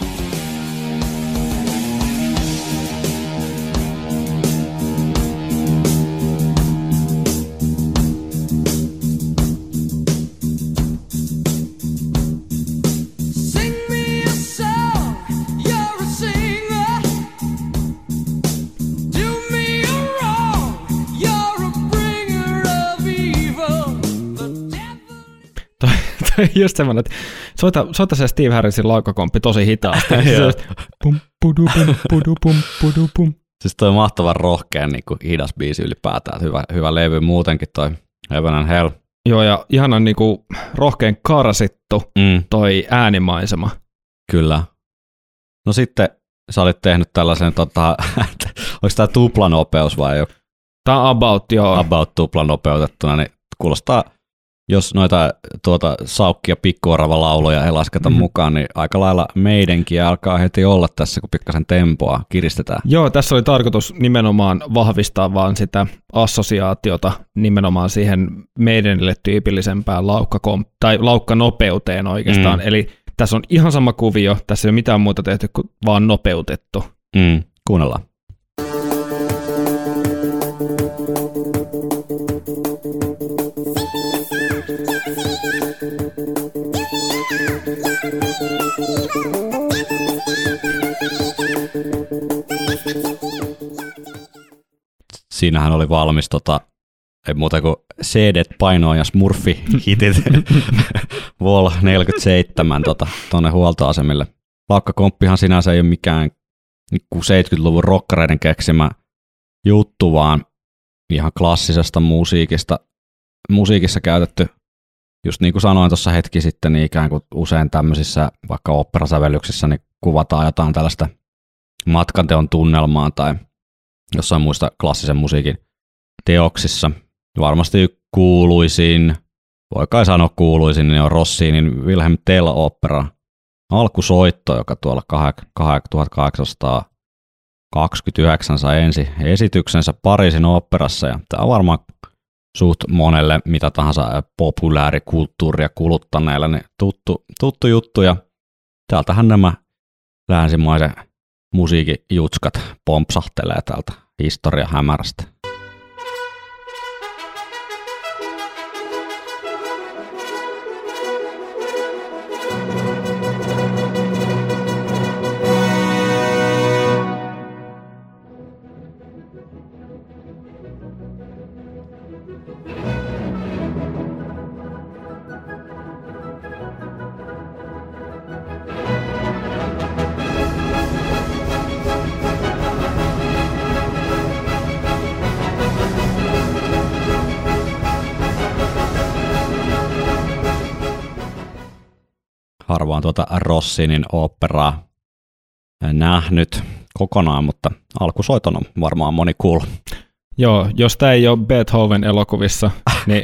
Sing me a song, you're a singer. Do me a wrong, you're a bringer of evil. The devil. Toi, toi just semmoinen, että soita, soita se Steve Harrisin laukkakomppi tosi hitaasti. Se Joo. olisi pum, pudu, pum, pudu, pum, pudu, pum. Siis toi mahtavan rohkea niin kuin hidas biisi ylipäätään, hyvä, hyvä levy muutenkin toi Heaven and Hell. Joo, ja ihanan niinku rohkein karsittu Mm, toi äänimaisema. kyllä. No sitten sä olit tehnyt tällaisen, tota, onko tämä tuplanopeus vai jo Tää on about, joo. about tuplanopeutettuna, niin kuulostaa, jos noita tuota, saukkia pikkuorava lauloja ei lasketa Mhm. mukaan, niin aika lailla meidänkin alkaa heti olla tässä, kun pikkasen tempoa kiristetään. Joo, tässä oli tarkoitus nimenomaan vahvistaa vaan sitä assosiaatiota nimenomaan siihen meidänille tyypillisempään laukkakom- tai laukkanopeuteen oikeastaan. Mm. Eli tässä on ihan sama kuvio, tässä ei ole mitään muuta tehty kuin vaan nopeutettu. Mm, kuunnellaan. Siinähän oli valmis tota, ei muuta kuin C D painoa ja Smurfi-hitit Vol neljäkymmentäseitsemän tota, tuonne huoltoasemille. Laukkakomppihan sinänsä ei ole mikään niin seitsemänkymmentäluvun rokkareiden keksimä juttu, vaan ihan klassisesta musiikista, musiikissa käytetty, just niin kuin sanoin tuossa hetki sitten, niin ikään kuin usein tämmöisissä vaikka oopperasävellyksissä niin kuvataan jotain tällaista matkanteon tunnelmaa tai jossain muista klassisen musiikin teoksissa. Varmasti kuuluisin, voi kai sanoa kuuluisin, niin on Rossinin Wilhelm Tell-opera alkusoitto, joka tuolla tuhatkahdeksansataakaksikymmentäyhdeksän sai ensi esityksensä Pariisin oopperassa, ja tämä on varmaan suht monelle mitä tahansa populaarikulttuuria kuluttaneille niin tuttu, tuttu juttu, ja täältähän nämä länsimaisen musiikin jutskat pompsahtelee täältä historian hämärästä. Harvaan tuota Rossinin oopperaa nähnyt. kokonaan, mutta alkusoiton on varmaan moni kuullut. Joo, jos tämä ei ole Beethoven elokuvissa, niin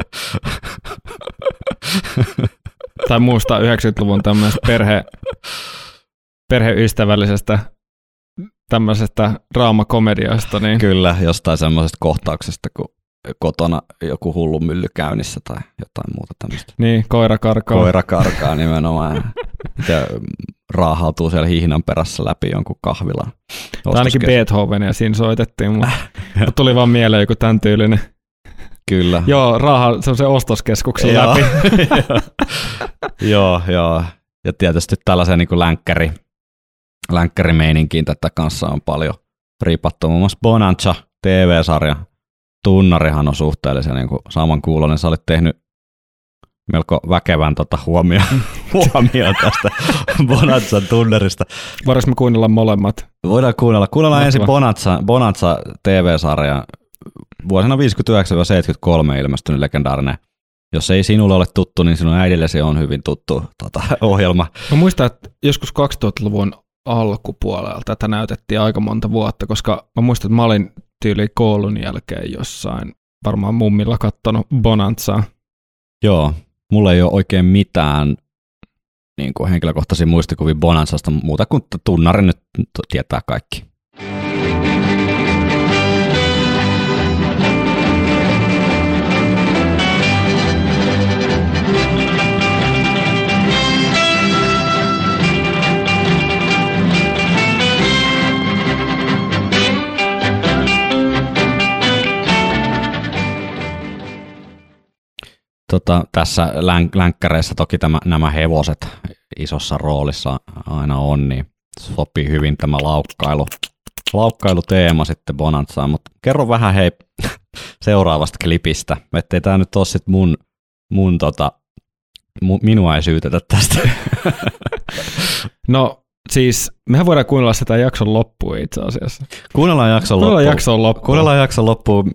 tai muusta yhdeksänkymmentäluvun tämmöisestä perhe, perheystävällisestä tämmöisestä draamakomediasta. Niin Kyllä, jostain semmoisesta kohtauksesta, kun kotona joku hullu mylly käynnissä tai jotain muuta tämmöistä. Niin, koira karkaa. Koira karkaa nimenomaan. Ja raahautuu siellä hihnan perässä läpi jonkun kahvilan. Tai ainakin Beethovenia siinä soitettiin, mutta tuli vaan mieleen joku tämän tyylinen. Kyllä. Joo, raaha, se on se ostoskeskuksen Joo. läpi. joo, joo. Ja tietysti tällaisen niin kuin länkkäri, länkkärimeininkiin tätä kanssa on paljon riipattu. Muun muassa Bonanza T V-sarja. Tunnarihan on suhteellisen niin kuin samankuuloinen. Sä olet tehnyt melko väkevän tota huomioon huomio tästä Bonanzan tunnarista. Voidaanko me kuunnella molemmat? Voidaan kuunnella. Kuunnellaan Mahtavaa. ensin Bonanza, Bonanza T V-sarja. Vuosina viisikymmentäyhdeksän seitsemänkymmentäkolme ilmestynyt legendaarinen. Jos ei sinulle ole tuttu, niin sinun äidillesi on hyvin tuttu tota, ohjelma. Mä muistan, että joskus kaksituhattaluvun alkupuolella tätä näytettiin aika monta vuotta, koska mä muistan, että mä olin tyyli koulun jälkeen jossain varmaan mummilla kattonut Bonanzaa. Joo, mulla ei ole oikein mitään niin kuin henkilökohtaisia muistikuvia Bonanzasta muuta kuin tunnari nyt tietää kaikki. Tota, tässä länk- länkkäreissä toki tämä, nämä hevoset isossa roolissa aina on, niin sopii hyvin tämä laukkailu, laukkailuteema sitten Bonanzaan, mutta kerro vähän hei seuraavasta klipistä, ettei tämä nyt ole sit mun, mun tota, mu, minua ei syytetä tästä. No siis, mehän voidaan kuunnella sitä jakson loppuun itse asiassa. Kuunnellaan jakson Kuunnellaan loppuun. jakson loppuun. Kuunnellaan jakson loppuun,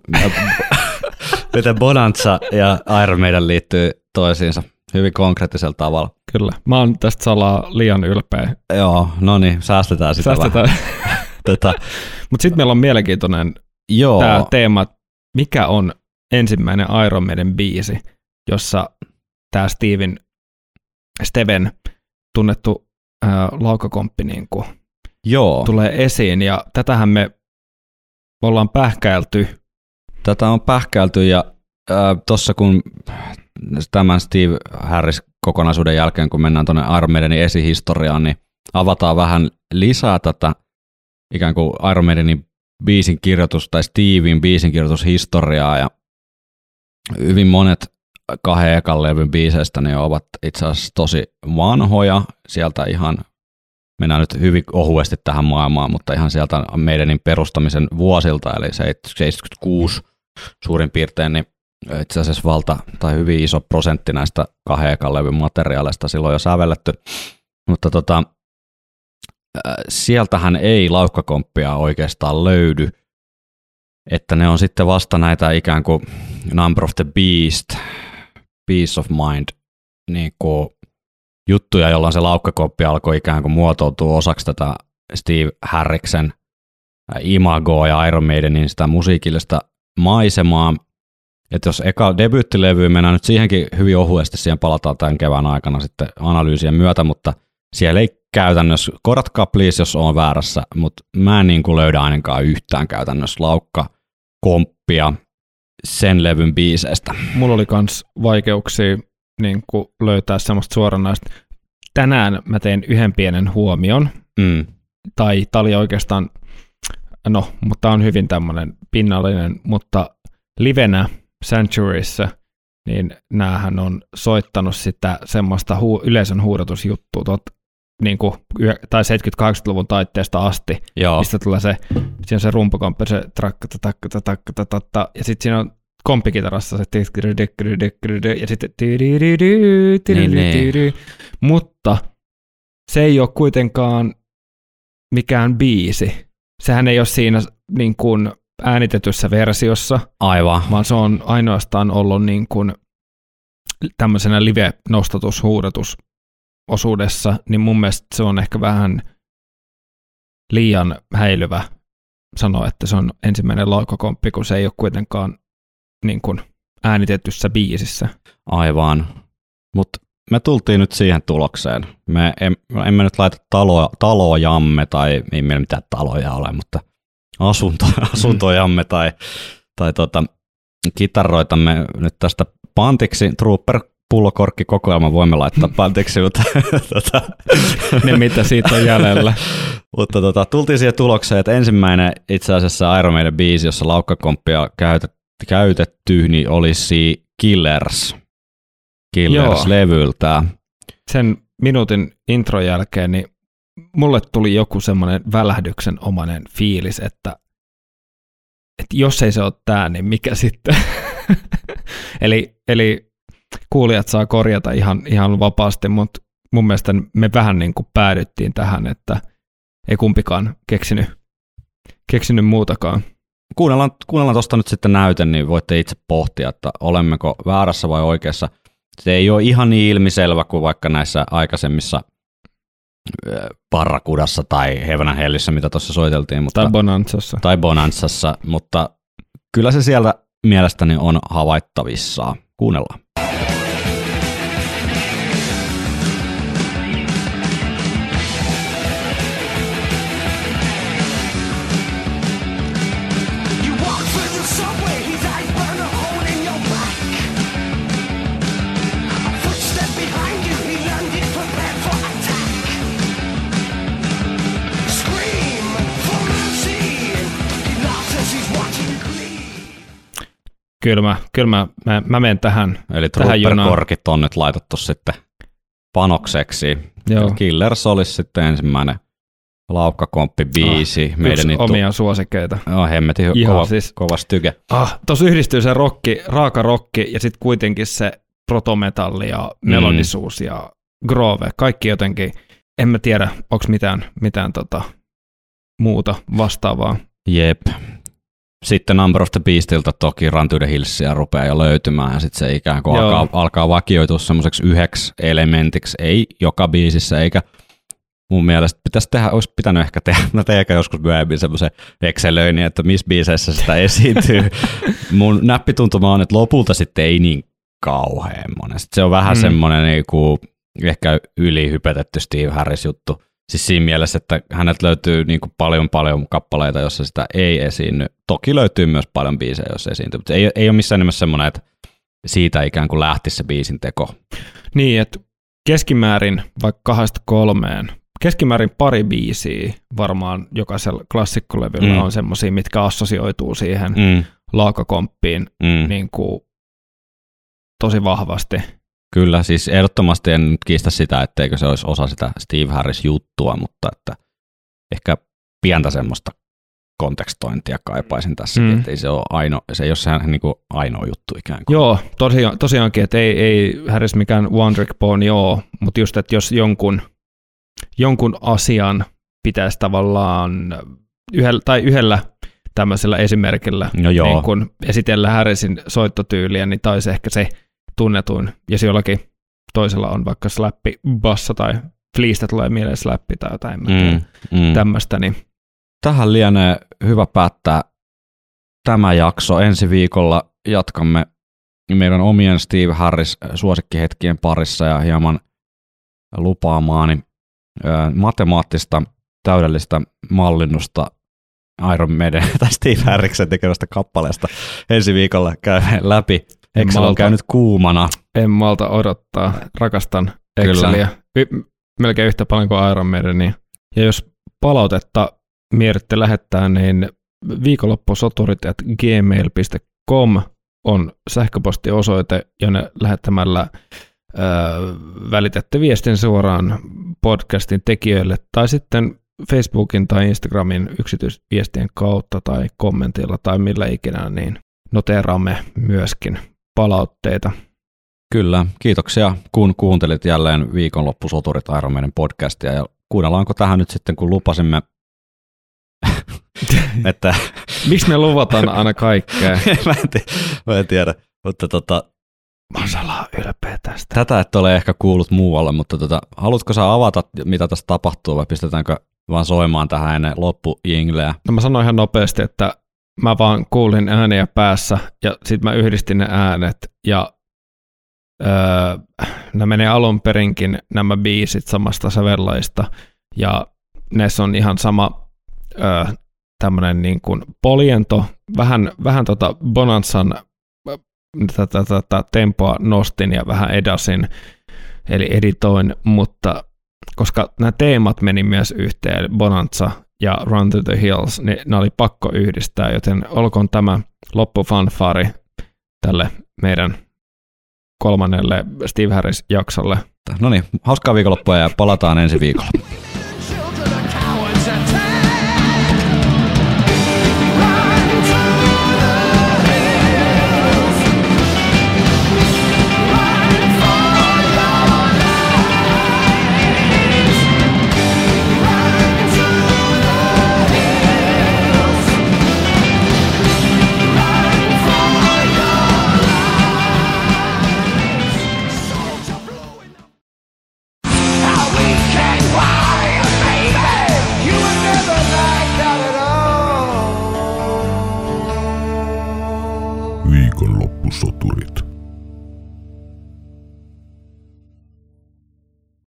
miten Bonanza ja Iron Maiden liittyy toisiinsa hyvin konkreettisella tavalla. Kyllä. Mä oon tästä salaa liian ylpeä. Joo, no niin, säästetään sitä Säästetään. vähän. Tota, Mutta sitten meillä on mielenkiintoinen joo, tämä teema, mikä on ensimmäinen Iron Maiden biisi, jossa tämä Steven, Steven tunnettu ää, laukakomppi niin kuin joo. tulee esiin, ja tätähän me ollaan pähkäilty. Tätä on pähkäilty ja äh, tuossa kun tämän Steve Harris kokonaisuuden jälkeen, kun mennään tuonne Iron Maidenin esihistoriaan, niin avataan vähän lisää tätä ikään kuin Iron Maidenin biisin kirjoitus tai Steven biisin kirjoitushistoriaa ja hyvin monet kahden ekan levyn biiseistä ne ovat itse asiassa tosi vanhoja, sieltä ihan mennään nyt hyvin ohuesti tähän maailmaan, mutta ihan sieltä Maidenin perustamisen vuosilta, eli seitsemänkymmentäkuusi suurin piirtein, niin itse asiassa valta tai hyvin iso prosentti näistä kahden ekan levyn materiaaleista silloin jo sävelletty, mutta tota, sieltähän ei laukkakomppia oikeastaan löydy, että ne on sitten vasta näitä ikään kuin Number of the Beast, Peace of Mind, niin kuin juttuja, jolloin se laukkakoppi alkoi ikään kuin muotoutua osaksi tätä Steve Harriksen imagoa ja Iron Maidenin sitä musiikillista maisemaa. Että jos eka debyyttilevy, mennään nyt siihenkin hyvin ohuesti, siihen palataan tämän kevään aikana sitten analyysien myötä, mutta siellä ei käytännössä, korjatkaa please, jos on väärässä, mutta mä en niin kuin löydä ainakaan yhtään käytännössä laukkakomppia sen levyn biiseistä. Mulla oli kans vaikeuksia niin kuin löytää semmoista suoranaista. Tänään mä tein yhden pienen huomion, Mm. tai tää oli oikeastaan, no, mutta tää on hyvin tämmönen pinnallinen, mutta livenä Sanctuaryssä, niin näähän on soittanut sitä semmoista hu- yleisön huudatusjuttua tot, niin kuin, tai seitsemänkymmentä-kahdeksankymmentäluvun taitteesta asti, Joo. mistä tulee se, siinä on se rumpukomppi, se trakka, takka, takka, takka, ja sitten siinä on komppikitarassa se ja sitten mutta se ei ole kuitenkaan mikään biisi. Sehän ei ole siinä niin kuin äänitetyssä versiossa, Aivan. vaan se on ainoastaan ollut niin kuin tämmöisenä live-nostatushuudatusosuudessa, niin mun mielestä se on ehkä vähän liian häilyvä sanoa, että se on ensimmäinen laukkakomppi, kun se ei ole kuitenkaan niin kuin äänitetyssä biisissä. Aivan. Mutta me tultiin nyt siihen tulokseen. Me em, emme nyt laita talo, talojamme, tai ei meillä mitään taloja ole, mutta asunto, asuntojamme tai, tai tota, kitaroitamme nyt tästä pantiksi. Trooper pullokorkkikokoelma voimme laittaa pantiksi, mutta tota, ne mitä siitä on jäljellä. mutta tota, tultiin siihen tulokseen, että ensimmäinen itse asiassa Iron Maiden biisi, jossa laukkakomppia käytet, käytetty, niin olisi Killers. Killers-levyltä. Sen minuutin intron jälkeen niin mulle tuli joku semmoinen välähdyksen omainen fiilis, että, että jos ei se ole tää, niin mikä sitten? eli, eli kuulijat saa korjata ihan, ihan vapaasti, mutta mun mielestä me vähän niin kuin päädyttiin tähän, että ei kumpikaan keksinyt, keksinyt muutakaan. Kuunnellaan, kuunnellaan tuosta nyt sitten näyte, niin voitte itse pohtia, että olemmeko väärässä vai oikeassa. Se ei ole ihan niin ilmiselvä kuin vaikka näissä aikaisemmissa Barrakudassa tai Heaven and Hellissä, mitä tuossa soiteltiin. Mutta, tai Bonanzassa. Tai Bonanzassa, mutta kyllä se sieltä mielestäni on havaittavissa. Kuunnellaan. Kyllä mä, kyllä mä, mä, mä menen tähän. Eli Trooper-korkit on nyt laitettu sitten panokseksi. Joo. Killers olisi sitten ensimmäinen laukkakomppi-biisi. Ah, meidän yksi omia suosikeita. Joo, hemmetin kova, siis, kova styke. Ah, tuossa yhdistyy se rokki, raaka rokki ja sitten kuitenkin se protometalli ja melodisuus mm. ja groove. Kaikki jotenkin, en mä tiedä, onko mitään, mitään tota, muuta vastaavaa. Jep. Sitten Number of the Beastilta toki Run to the Hillsia rupeaa jo löytymään, ja sitten se ikään kuin alkaa, alkaa vakioitua semmoiseksi yhdeksi elementiksi, ei joka biisissä, eikä mun mielestä pitäisi tehdä, olisi pitänyt ehkä tehdä, mä tein ehkä joskus myöhemmin semmoisen Excelöinnin, että missä biiseissä sitä esiintyy. Mun näppituntuma on, että lopulta sitten ei niin kauhean monen. Sitten se on vähän mm. semmoinen niinku, ehkä ylihypetetty Steve Harris juttu. Siis siinä mielessä, että häneltä löytyy niin kuin paljon paljon kappaleita, jossa sitä ei esiinny. Toki löytyy myös paljon biisejä, jos esiintyy, mutta ei, ei ole missään nimessä semmoinen, että siitä ikään kuin lähtisi se biisin teko. Niin, että keskimäärin vaikka kahdesta kolmeen, keskimäärin pari biisiä varmaan jokaisella klassikkolevyllä mm. on semmoisia, mitkä assosioituu siihen mm. laakakomppiin mm. niin kuin tosi vahvasti. Kyllä, siis ehdottomasti en nyt kiistä sitä, etteikö se olisi osa sitä Steve Harris-juttua, mutta että ehkä pientä semmoista kontekstointia kaipaisin tässä, mm. että ei se ole ainoa, se ei ole se niin kuin ainoa juttu ikään kuin. Joo, tosiaan, tosiaankin, että ei, ei Harris mikään one trick pony ole, mutta just, että jos jonkun, jonkun asian pitäisi tavallaan yhdellä, tai yhdellä tämmöisellä esimerkillä no niin kun esitellä Harrisin soittotyyliä, niin taisi ehkä se tunnetuin, ja jollakin toisella on vaikka slappi bassa tai fliistä tulee mieleen slappi tai jotain mm, mm. tämmöistä. Niin. Tähän lienee hyvä päättää tämä jakso. Ensi viikolla jatkamme meidän omien Steve Harris suosikkihetkien parissa ja hieman lupaamaani matemaattista täydellistä mallinnusta Iron Maiden tai Steve Harriksen tekemästä kappaleesta. Ensi viikolla käymme läpi. Excel on käynyt kuumana. En malta odottaa. Rakastan Exceliä. Y- melkein yhtä paljon kuin Iron Maidenia. Ja jos palautetta mietitte lähettää, niin viikonloppusoturit at gmail piste com on sähköpostiosoite, jonne lähettämällä äh, välitätte viestin suoraan podcastin tekijöille tai sitten Facebookin tai Instagramin yksityisviestien kautta tai kommentilla tai millä ikinä, niin noteeraamme myöskin palautteita. Kyllä, kiitoksia kun kuuntelit jälleen viikonloppusoturit Iron Maiden podcastia ja kuunnellaanko tähän nyt sitten kun lupasimme, että... Miksi me luvataan aina kaikkea? mä, en tiedä, mä en tiedä, mutta tota... Mä oon salaa ylpeä tästä. Tätä et ole ehkä kuullut muualla, mutta tota, haluatko sä avata mitä tässä tapahtuu vai pistetäänkö vaan soimaan tähän ennen loppujingleä. No mä sanoin ihan nopeasti, että mä vaan kuulin ääniä päässä ja sit mä yhdistin ne äänet ja öö, nämä menee alun perinkin nämä biisit samasta sävellaista ja näissä on ihan sama öö, tämmönen niin kuin poljento, vähän, vähän tota Bonanzan tätä, tätä tempoa nostin ja vähän edasin, eli editoin, mutta koska nämä teemat meni myös yhteen, Bonanza ja Run to the Hills, niin ne oli pakko yhdistää, joten olkoon tämä loppufanfaari tälle meidän kolmannelle Steve Harris-jaksolle. No niin, hauskaa viikonloppua ja palataan ensi viikolla. Viikonloppusoturi.